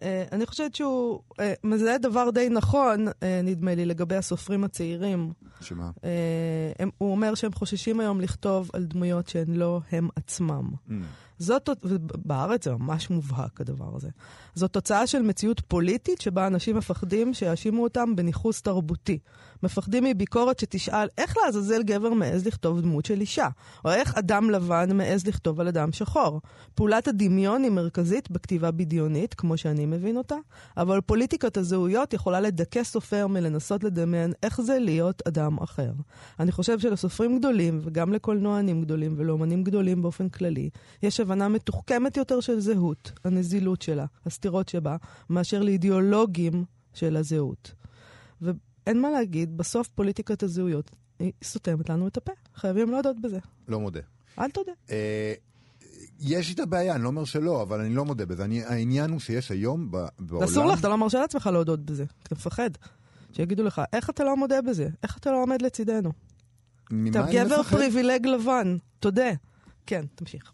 אני חושבת שהוא, זה דבר די נכון, נדמה לי, לגבי הסופרים הצעירים. שמה? הוא אומר שהם חוששים היום לכתוב על דמויות שהן לא הם עצמם. זאת, בארץ זה ממש מובהק הדבר הזה. זאת תוצאה של מציאות פוליטית שבה אנשים מפחדים שיאשימו אותם בניחוס תרבותי. מפחדים מביקורת שתשאל איך לעזאזל גבר מעז לכתוב דמות של אישה, או איך אדם לבן מעז לכתוב על אדם שחור. פעולת הדמיון היא מרכזית בכתיבה בדיונית, כמו שאני מבין אותה, אבל פוליטיקת הזהויות יכולה לדכא סופר מלנסות לדמיין איך זה להיות אדם אחר. אני חושב שלסופרים גדולים, וגם לקולנוענים גדולים ולאומנים גדולים באופן כללי, יש הבנה מתוחכמת יותר של זהות, הנזילות שלה, הסתירות שבה, מאשר לאידיאולוגים של הזהות. ואין מה להגיד, בסוף פוליטיקת הזהויות היא סותמת לנו את הפה. חייבים להודות בזה. לא מודה. אל תודה. יש את הבעיה, אני לא אומר שלא, אבל אני לא מודה בזה. העניין הוא שיש היום בעולם... אסור לך, אתה לא מרשה לעצמך להודות בזה. אתה מפחד. שיגידו לך, איך אתה לא מודה בזה? איך אתה לא עומד לצידנו? אתה גבר פריבילג לבן. תודה. כן, תמשיך.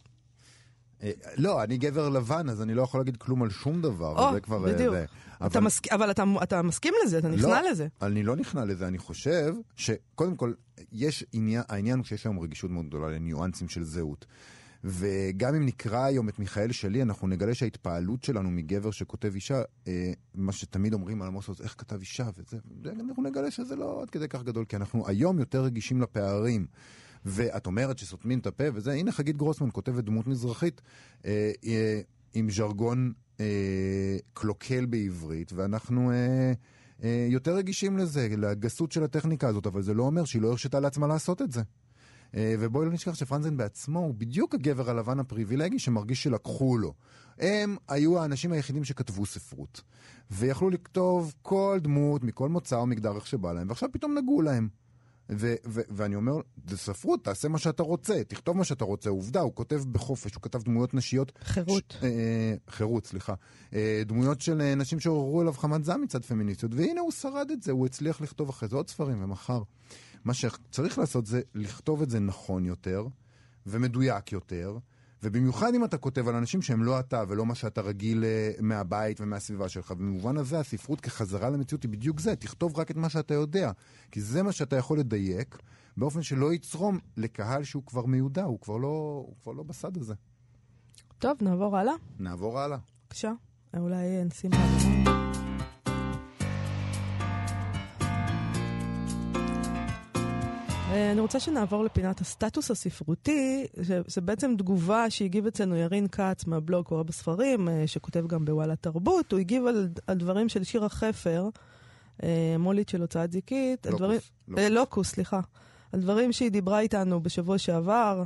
לא, אני גבר לבן, אז אני לא יכול להגיד כלום על שום דבר. או, בדיוק. אבל אתה מסכים לזה, אתה נכנע לזה. אני לא נכנע לזה, אני חושב שקודם כל, העניין הוא שיש היום רגישות מאוד גדולה לניואנסים של זהות. וגם אם נקרא היום את מיכאל שלי, אנחנו נגלה שההתפעלות שלנו מגבר שכותב אישה, מה שתמיד אומרים על עמוס עוז, איך כתב אישה, וזה, אנחנו נגלה שזה לא עד כדי כך גדול, כי אנחנו היום יותר רגישים לפערים. ואת אומרת שסותמים את הפה, וזה, הנה חגית גרוסמן כותבת דמות מזרחית, אה, אה, עם ז'רגון אה, קלוקל בעברית, ואנחנו אה, אה, יותר רגישים לזה, לגסות של הטכניקה הזאת, אבל זה לא אומר שהיא לא הרשתה לעצמה לעשות את זה. אה, ובואי לא נשכח שפרנזן בעצמו הוא בדיוק הגבר הלבן הפריבילגי שמרגיש שלקחו לו. הם היו האנשים היחידים שכתבו ספרות, ויכלו לכתוב כל דמות מכל מוצא או מגדר איך שבא להם, ועכשיו פתאום נגעו להם. ו- ו- ואני אומר, זה ספרות, תעשה מה שאתה רוצה, תכתוב מה שאתה רוצה. עובדה, הוא כותב בחופש, הוא כתב דמויות נשיות. חירות. ש- אה, חירות, סליחה. אה, דמויות של אה, נשים שעוררו אליו חמת זעם מצד פמיניסטיות, והנה הוא שרד את זה, הוא הצליח לכתוב אחרי זה עוד ספרים ומחר. מה שצריך לעשות זה לכתוב את זה נכון יותר, ומדויק יותר, ובמיוחד אם אתה כותב על אנשים שהם לא אתה ולא מה שאתה רגיל מהבית ומהסביבה שלך. במובן הזה הספרות כחזרה למציאות היא בדיוק זה, תכתוב רק את מה שאתה יודע, כי זה מה שאתה יכול לדייק באופן שלא יצרום לקהל שהוא כבר מיודע, הוא כבר לא, הוא כבר לא בסד הזה. טוב, נעבור הלאה. נעבור הלאה. בבקשה, אולי נשים הלאה. אני רוצה שנעבור לפינת הסטטוס הספרותי, זה בעצם תגובה שהגיב אצלנו ירין קץ מהבלוג קורא בספרים, שכותב גם בוואלה תרבות. הוא הגיב על, על דברים של שירה חפר, מולית של הוצאת זיקית. לוקוס. דברים, לוקוס. לוקוס, סליחה. על דברים שהיא דיברה איתנו בשבוע שעבר,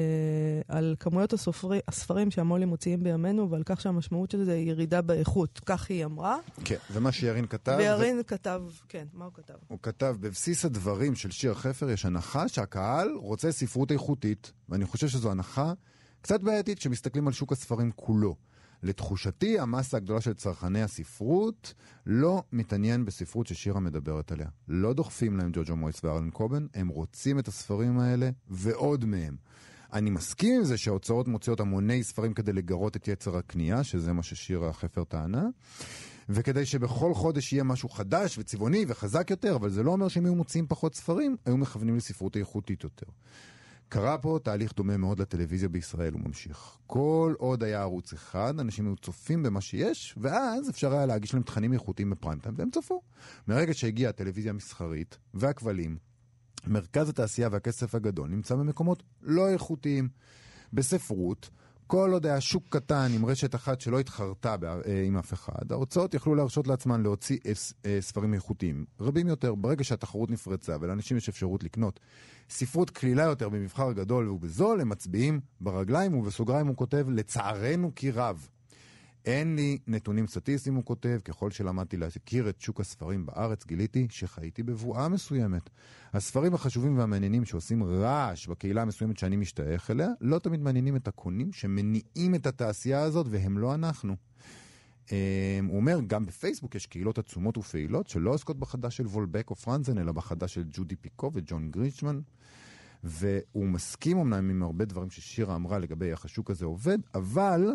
על כמויות הסופרי, הספרים שהמולים מוציאים בימינו, ועל כך שהמשמעות של זה היא ירידה באיכות. כך היא אמרה. כן, ומה שירין כתב... וירין זה... כתב, כן, מה הוא כתב? הוא כתב, בבסיס הדברים של שיר חפר יש הנחה שהקהל רוצה ספרות איכותית, ואני חושב שזו הנחה קצת בעייתית כשמסתכלים על שוק הספרים כולו. לתחושתי, המסה הגדולה של צרכני הספרות לא מתעניין בספרות ששירה מדברת עליה. לא דוחפים להם ג'וג'ו מויס וארלן קובן, הם רוצים את הספרים האלה ועוד מהם. אני מסכים עם זה שההוצאות מוציאות המוני ספרים כדי לגרות את יצר הקנייה, שזה מה ששירה חפר טענה, וכדי שבכל חודש יהיה משהו חדש וצבעוני וחזק יותר, אבל זה לא אומר שהם היו מוציאים פחות ספרים, היו מכוונים לספרות איכותית יותר. קרה פה תהליך דומה מאוד לטלוויזיה בישראל, הוא ממשיך. כל עוד היה ערוץ אחד, אנשים היו צופים במה שיש, ואז אפשר היה להגיש להם תכנים איכותיים בפריים טיים, והם צפו. מרגע שהגיעה הטלוויזיה המסחרית והכבלים, מרכז התעשייה והכסף הגדול נמצא במקומות לא איכותיים. בספרות, כל עוד היה שוק קטן עם רשת אחת שלא התחרתה עם אף אחד, ההוצאות יכלו להרשות לעצמן להוציא ספרים איכותיים. רבים יותר, ברגע שהתחרות נפרצה ולאנשים יש אפשרות לקנות ספרות כלילה יותר במבחר גדול ובזול, הם מצביעים ברגליים, ובסוגריים הוא כותב, לצערנו כי רב. אין לי נתונים סטטיסטיים, הוא כותב, ככל שלמדתי להכיר את שוק הספרים בארץ, גיליתי שחייתי בבועה מסוימת. הספרים החשובים והמעניינים שעושים רעש בקהילה המסוימת שאני משתייך אליה, לא תמיד מעניינים את הקונים שמניעים את התעשייה הזאת, והם לא אנחנו. הוא אומר, גם בפייסבוק יש קהילות עצומות ופעילות שלא עוסקות בחדש של וולבק או פרנזן, אלא בחדש של ג'ודי פיקו וג'ון גריצ'מן, והוא מסכים אמנם עם הרבה דברים ששירה אמרה לגבי איך השוק הזה עובד, אבל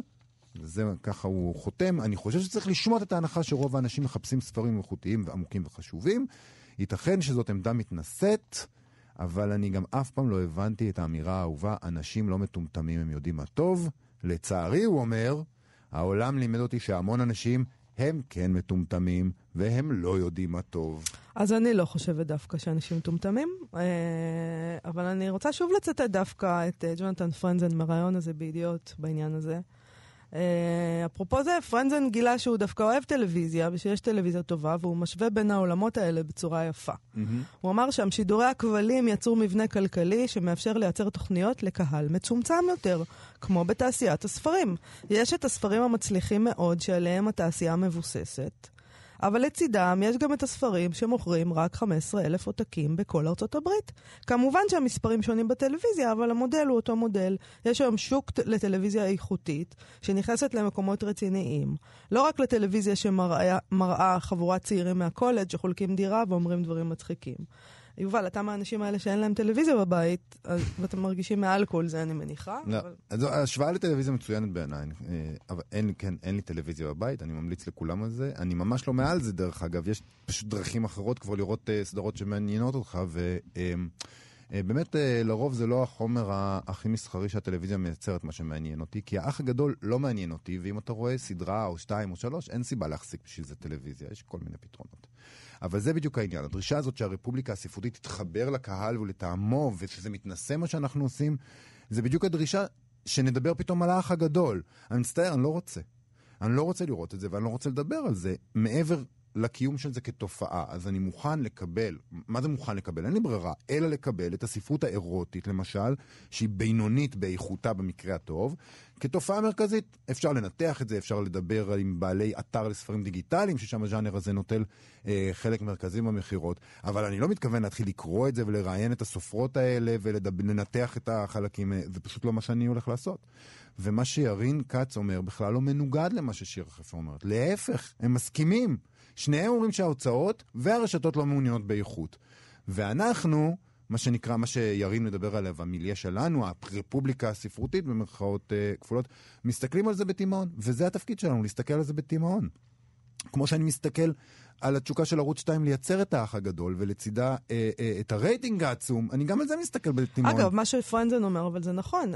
זה ככה הוא חותם. אני חושב שצריך לשמוע את ההנחה שרוב האנשים מחפשים ספרים איכותיים ועמוקים וחשובים. ייתכן שזאת עמדה מתנשאת, אבל אני גם אף פעם לא הבנתי את האמירה האהובה, אנשים לא מטומטמים, הם יודעים מה טוב. לצערי, הוא אומר, העולם לימד אותי שהמון אנשים הם כן מטומטמים, והם לא יודעים מה טוב. אז אני לא חושבת דווקא שאנשים מטומטמים, אבל אני רוצה שוב לצטט דווקא את ג'ונתן פרנזן מהרעיון הזה בידיעות בעניין הזה. אפרופו זה, פרנזן גילה שהוא דווקא אוהב טלוויזיה, ושיש טלוויזיה טובה, והוא משווה בין העולמות האלה בצורה יפה. הוא אמר שם, שידורי הכבלים יצרו מבנה כלכלי שמאפשר לייצר תוכניות לקהל מצומצם יותר, כמו בתעשיית הספרים. יש את הספרים המצליחים מאוד שעליהם התעשייה מבוססת, אבל לצידם יש גם את הספרים שמוכרים רק חמישה עשר אלף עותקים בכל ארצות הברית. כמובן שהמספרים שונים בטלוויזיה, אבל המודל הוא אותו מודל. יש היום שוק לטלוויזיה איכותית שנכנסת למקומות רציניים. לא רק לטלוויזיה שמראה חבורת צעירים מהקולג' שחולקים דירה ואומרים דברים מצחיקים. יובל, אתה מהאנשים האלה שאין להם טלוויזיה בבית, ואתם מרגישים מעל כל זה, אני מניחה. לא, אז השוואה לטלוויזיה מצוינת בעיניי, אבל אין, כן, אין לי טלוויזיה בבית, אני ממליץ לכולם על זה, אני ממש לא מעל זה דרך אגב, יש פשוט דרכים אחרות כבר לראות סדרות שמעניינות אותך, ובאמת לרוב זה לא החומר הכי מסחרי שהטלוויזיה מייצרת מה שמעניין אותי, כי האח הגדול לא מעניין אותי, ואם אתה רואה סדרה או שתיים או שלוש, אין סיבה להחזיק בשביל זה טלוויזיה, יש כל מיני פתרונות. אבל זה בדיוק העניין. הדרישה הזאת שהרפובליקה הספרותית תתחבר לקהל ולטעמו, ושזה מתנסה מה שאנחנו עושים, זה בדיוק הדרישה שנדבר פתאום על האח הגדול. אני מצטער, אני לא רוצה. אני לא רוצה לראות את זה, ואני לא רוצה לדבר על זה, מעבר לקיום של זה כתופעה. אז אני מוכן לקבל, מה זה מוכן לקבל? אין לי ברירה, אלא לקבל את הספרות האירוטית, למשל, שהיא בינונית באיכותה במקרה הטוב, כתופעה מרכזית. אפשר לנתח את זה, אפשר לדבר עם בעלי אתר לספרים דיגיטליים, ששם הז'אנר הזה נוטל אה, חלק מרכזי במחירות, אבל אני לא מתכוון להתחיל לקרוא את זה ולראיין את הסופרות האלה ולנתח את החלקים, זה פשוט לא מה שאני הולך לעשות. ומה שירין קץ אומר בכלל לא מנוגד למה ששיר החפר אומרת. להפך, הם מסכימים. שניהם אומרים שההוצאות והרשתות לא מעוניינות באיכות. ואנחנו, מה שנקרא, מה שירין מדבר עליו, המיליה שלנו, הרפובליקה הספרותית במרכאות uh, כפולות, מסתכלים על זה בתימהון. וזה התפקיד שלנו, להסתכל על זה בתימהון. כמו שאני מסתכל על התשוקה של ערוץ שתיים לייצר את האח הגדול, ולצידה אה, אה, את הרייטינג העצום, אני גם על זה מסתכל בתימהון. אגב, מה שפרנזן אומר, אבל זה נכון,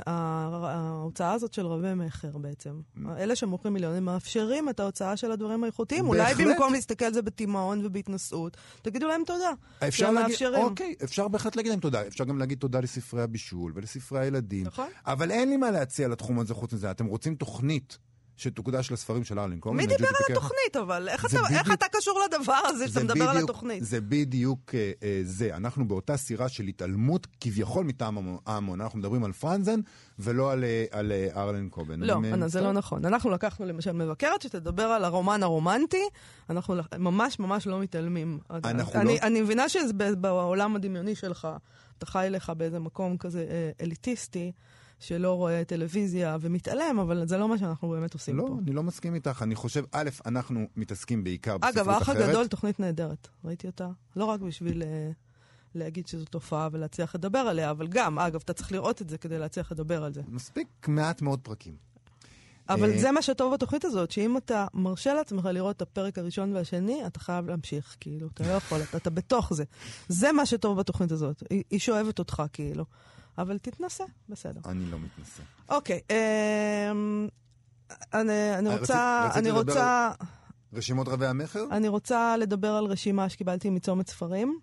ההוצאה הזאת של רבי מחר בעצם, אלה שמוכרים מיליונים, מאפשרים את ההוצאה של הדברים האיכותיים, אולי במקום להסתכל על זה בתימהון ובהתנסות, תגידו להם תודה. אפשר להגיד, אוקיי, אפשר בהחלט להגיד להם תודה, אפשר גם להגיד תודה לספרי הבישול ולספרי הילדים, נכון? אבל אין לי מה להציע לתחום הזה חוץ מזה, אתם רוצים תוכנית שתוקדש לספרים של ארלין קומן. מי דיבר על התוכנית, אבל איך אתה, בדיוק, איך אתה קשור לדבר הזה שאתה מדבר בדיוק, על התוכנית? זה בדיוק אה, זה. אנחנו באותה סירה של התעלמות כביכול מטעם ההמון. אנחנו מדברים על פרנזן ולא על, על ארלין קומן. לא, אני, זה לא נכון. אנחנו לקחנו למשל מבקרת שתדבר על הרומן הרומנטי, אנחנו ממש ממש לא מתעלמים. אני, לא... אני מבינה שבעולם הדמיוני שלך, אתה חי לך באיזה מקום כזה אליטיסטי, שלא רואה טלוויזיה ומתעלם, אבל זה לא מה שאנחנו באמת עושים לא, פה. לא, אני לא מסכים איתך. אני חושב, א', אנחנו מתעסקים בעיקר בספרות אחרת. אגב, האח הגדול, תוכנית נהדרת. ראיתי אותה. לא רק בשביל להגיד שזו תופעה ולהצליח לדבר עליה, אבל גם, אגב, אתה צריך לראות את זה כדי להצליח לדבר על זה. מספיק מעט מאוד פרקים. אבל זה מה שטוב בתוכנית הזאת, שאם אתה מרשה לעצמך לראות את הפרק הראשון והשני, אתה חייב להמשיך, כאילו, אתה לא יכול, אתה בתוך זה. זה מה שטוב בתוכנית הזאת. היא שואבת אותך, כאילו. אבל תתנסה, בסדר. אני לא מתנסה. אוקיי, אני רוצה... אני רוצה... רשימות רבי המחר? אני רוצה לדבר על רשימה שקיבלתי מצומת ספרים.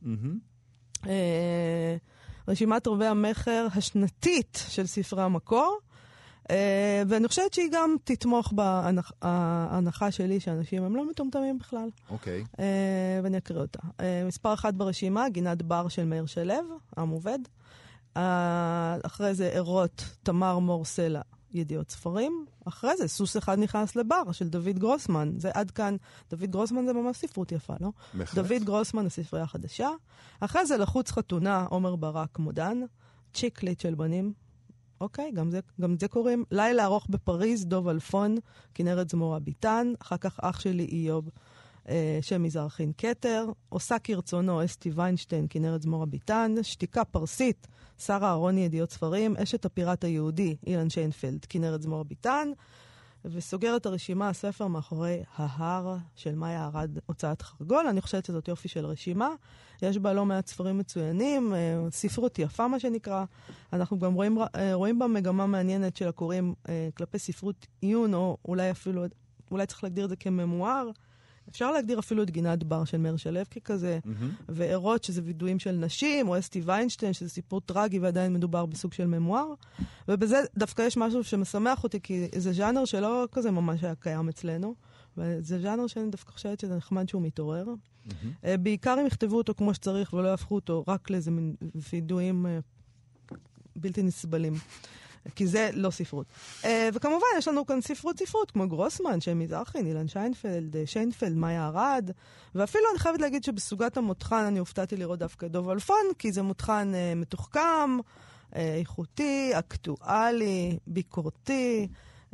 רשימת רבי המחר השנתית של ספרי המקור, ואני חושבת שהיא גם תתמוך בהנחה שלי שאנשים הם לא מטומטמים בכלל. אוקיי. ואני אקריא אותה. מספר אחד ברשימה, גינת בר של מאיר שלו, עם עובד. אחרי זה עירות תמר מור סלע, ידיעות ספרים. אחרי זה סוס אחד נכנס לבר של דוד גרוסמן. זה עד כאן, דוד גרוסמן זה ממש ספרות יפה, לא? בהחלט. דוד גרוסמן, הספרייה החדשה. אחרי זה לחוץ חתונה, עומר ברק מודן. צ'יקלית של בנים. אוקיי, גם זה, גם זה קוראים. לילה ארוך בפריז, דוב אלפון, כנרת זמורה ביטן. אחר כך אח שלי איוב, אה, שם מזרחין קטר. עושה כרצונו, אסתי ויינשטיין, כנרת זמורה ביטן. שתיקה פרסית, שרה אהרוני, ידיעות ספרים. אשת הפיראט היהודי, אילן שיינפלד, כנרת זמורה ביטן. וסוגר את הרשימה, הספר מאחורי ההר של מאיה ארד, הוצאת חרגול. אני חושבת שזאת יופי של רשימה. יש בה לא מעט ספרים מצוינים, ספרות יפה מה שנקרא. אנחנו גם רואים, רואים בה מגמה מעניינת של הקוראים כלפי ספרות עיון, או אולי אפילו, אולי צריך להגדיר את זה כממואר. אפשר להגדיר אפילו את גינת בר של מאיר שלו ככזה, mm-hmm. וערות שזה וידועים של נשים, או אסתי ויינשטיין, שזה סיפור טרגי ועדיין מדובר בסוג של ממואר. ובזה דווקא יש משהו שמשמח אותי, כי זה ז'אנר שלא כזה ממש היה קיים אצלנו, וזה ז'אנר שאני דווקא חושבת שזה נחמד שהוא מתעורר. Mm-hmm. בעיקר אם יכתבו אותו כמו שצריך, ולא יהפכו אותו רק לאיזה וידועים בלתי נסבלים. כי זה לא ספרות. Uh, וכמובן, יש לנו כאן ספרות ספרות, כמו גרוסמן, שם מזרחי, אילן שיינפלד, שיינפלד, מאיה ארד, ואפילו אני חייבת להגיד שבסוגת המותחן אני הופתעתי לראות דווקא דוב אלפון, כי זה מותחן uh, מתוחכם, uh, איכותי, אקטואלי, ביקורתי, uh,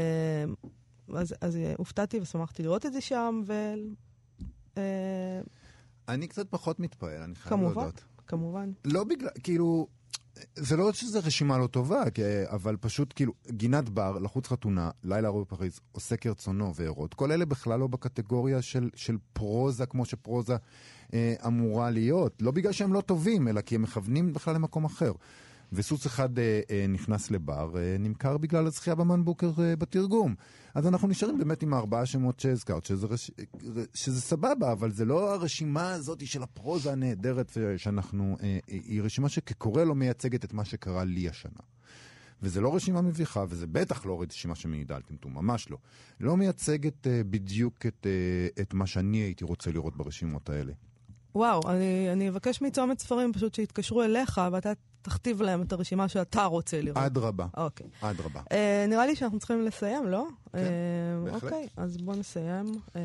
אז, אז uh, הופתעתי ושמחתי לראות את זה שם, ו... Uh, אני קצת פחות מתפעל, אני חייב כמובן, להודות. כמובן. לא בגלל, כאילו... זה לא שזה רשימה לא טובה, אבל פשוט כאילו, גינת בר, לחוץ חתונה, לילה רוב בפריז, עושה כרצונו וערות. כל אלה בכלל לא בקטגוריה של, של פרוזה, כמו שפרוזה אה, אמורה להיות. לא בגלל שהם לא טובים, אלא כי הם מכוונים בכלל למקום אחר. וסוס אחד אה, אה, נכנס לבר, אה, נמכר בגלל הזכייה במן בוקר אה, בתרגום. אז אנחנו נשארים באמת עם הארבעה שמות שהזכרת, שזה, רש... שזה סבבה, אבל זה לא הרשימה הזאת של הפרוזה הנהדרת שאנחנו, אה, אה, היא רשימה שכקורא לא מייצגת את מה שקרה לי השנה. וזה לא רשימה מביכה, וזה בטח לא רשימה שמעידה על טמטום, ממש לא. לא מייצגת אה, בדיוק את, אה, את מה שאני הייתי רוצה לראות ברשימות האלה. וואו, אני, אני אבקש מצומת ספרים פשוט שיתקשרו אליך, ואתה תכתיב להם את הרשימה שאתה רוצה לראות. עד רבה. אוקיי. עד רבה. אה, נראה לי שאנחנו צריכים לסיים, לא? כן, אה, בהחלט. אוקיי, אז בוא נסיים. אה...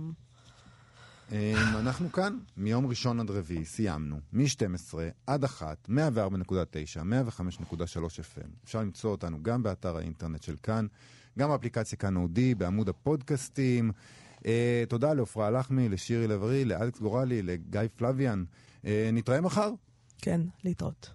אה, אנחנו כאן, מיום ראשון עד רביעי, סיימנו, מ-שתים עשרה עד אחת, מאה וארבע נקודה תשע, מאה וחמש נקודה שלוש אף אם. אפשר למצוא אותנו גם באתר האינטרנט של כאן, גם באפליקציה כאן אודי, בעמוד הפודקאסטים. Uh, תודה לאופרה לחמי, לשירי לברי, לאלכס גורלי, לגיא פלוויאן. Uh, נתראה מחר? כן, להתראות.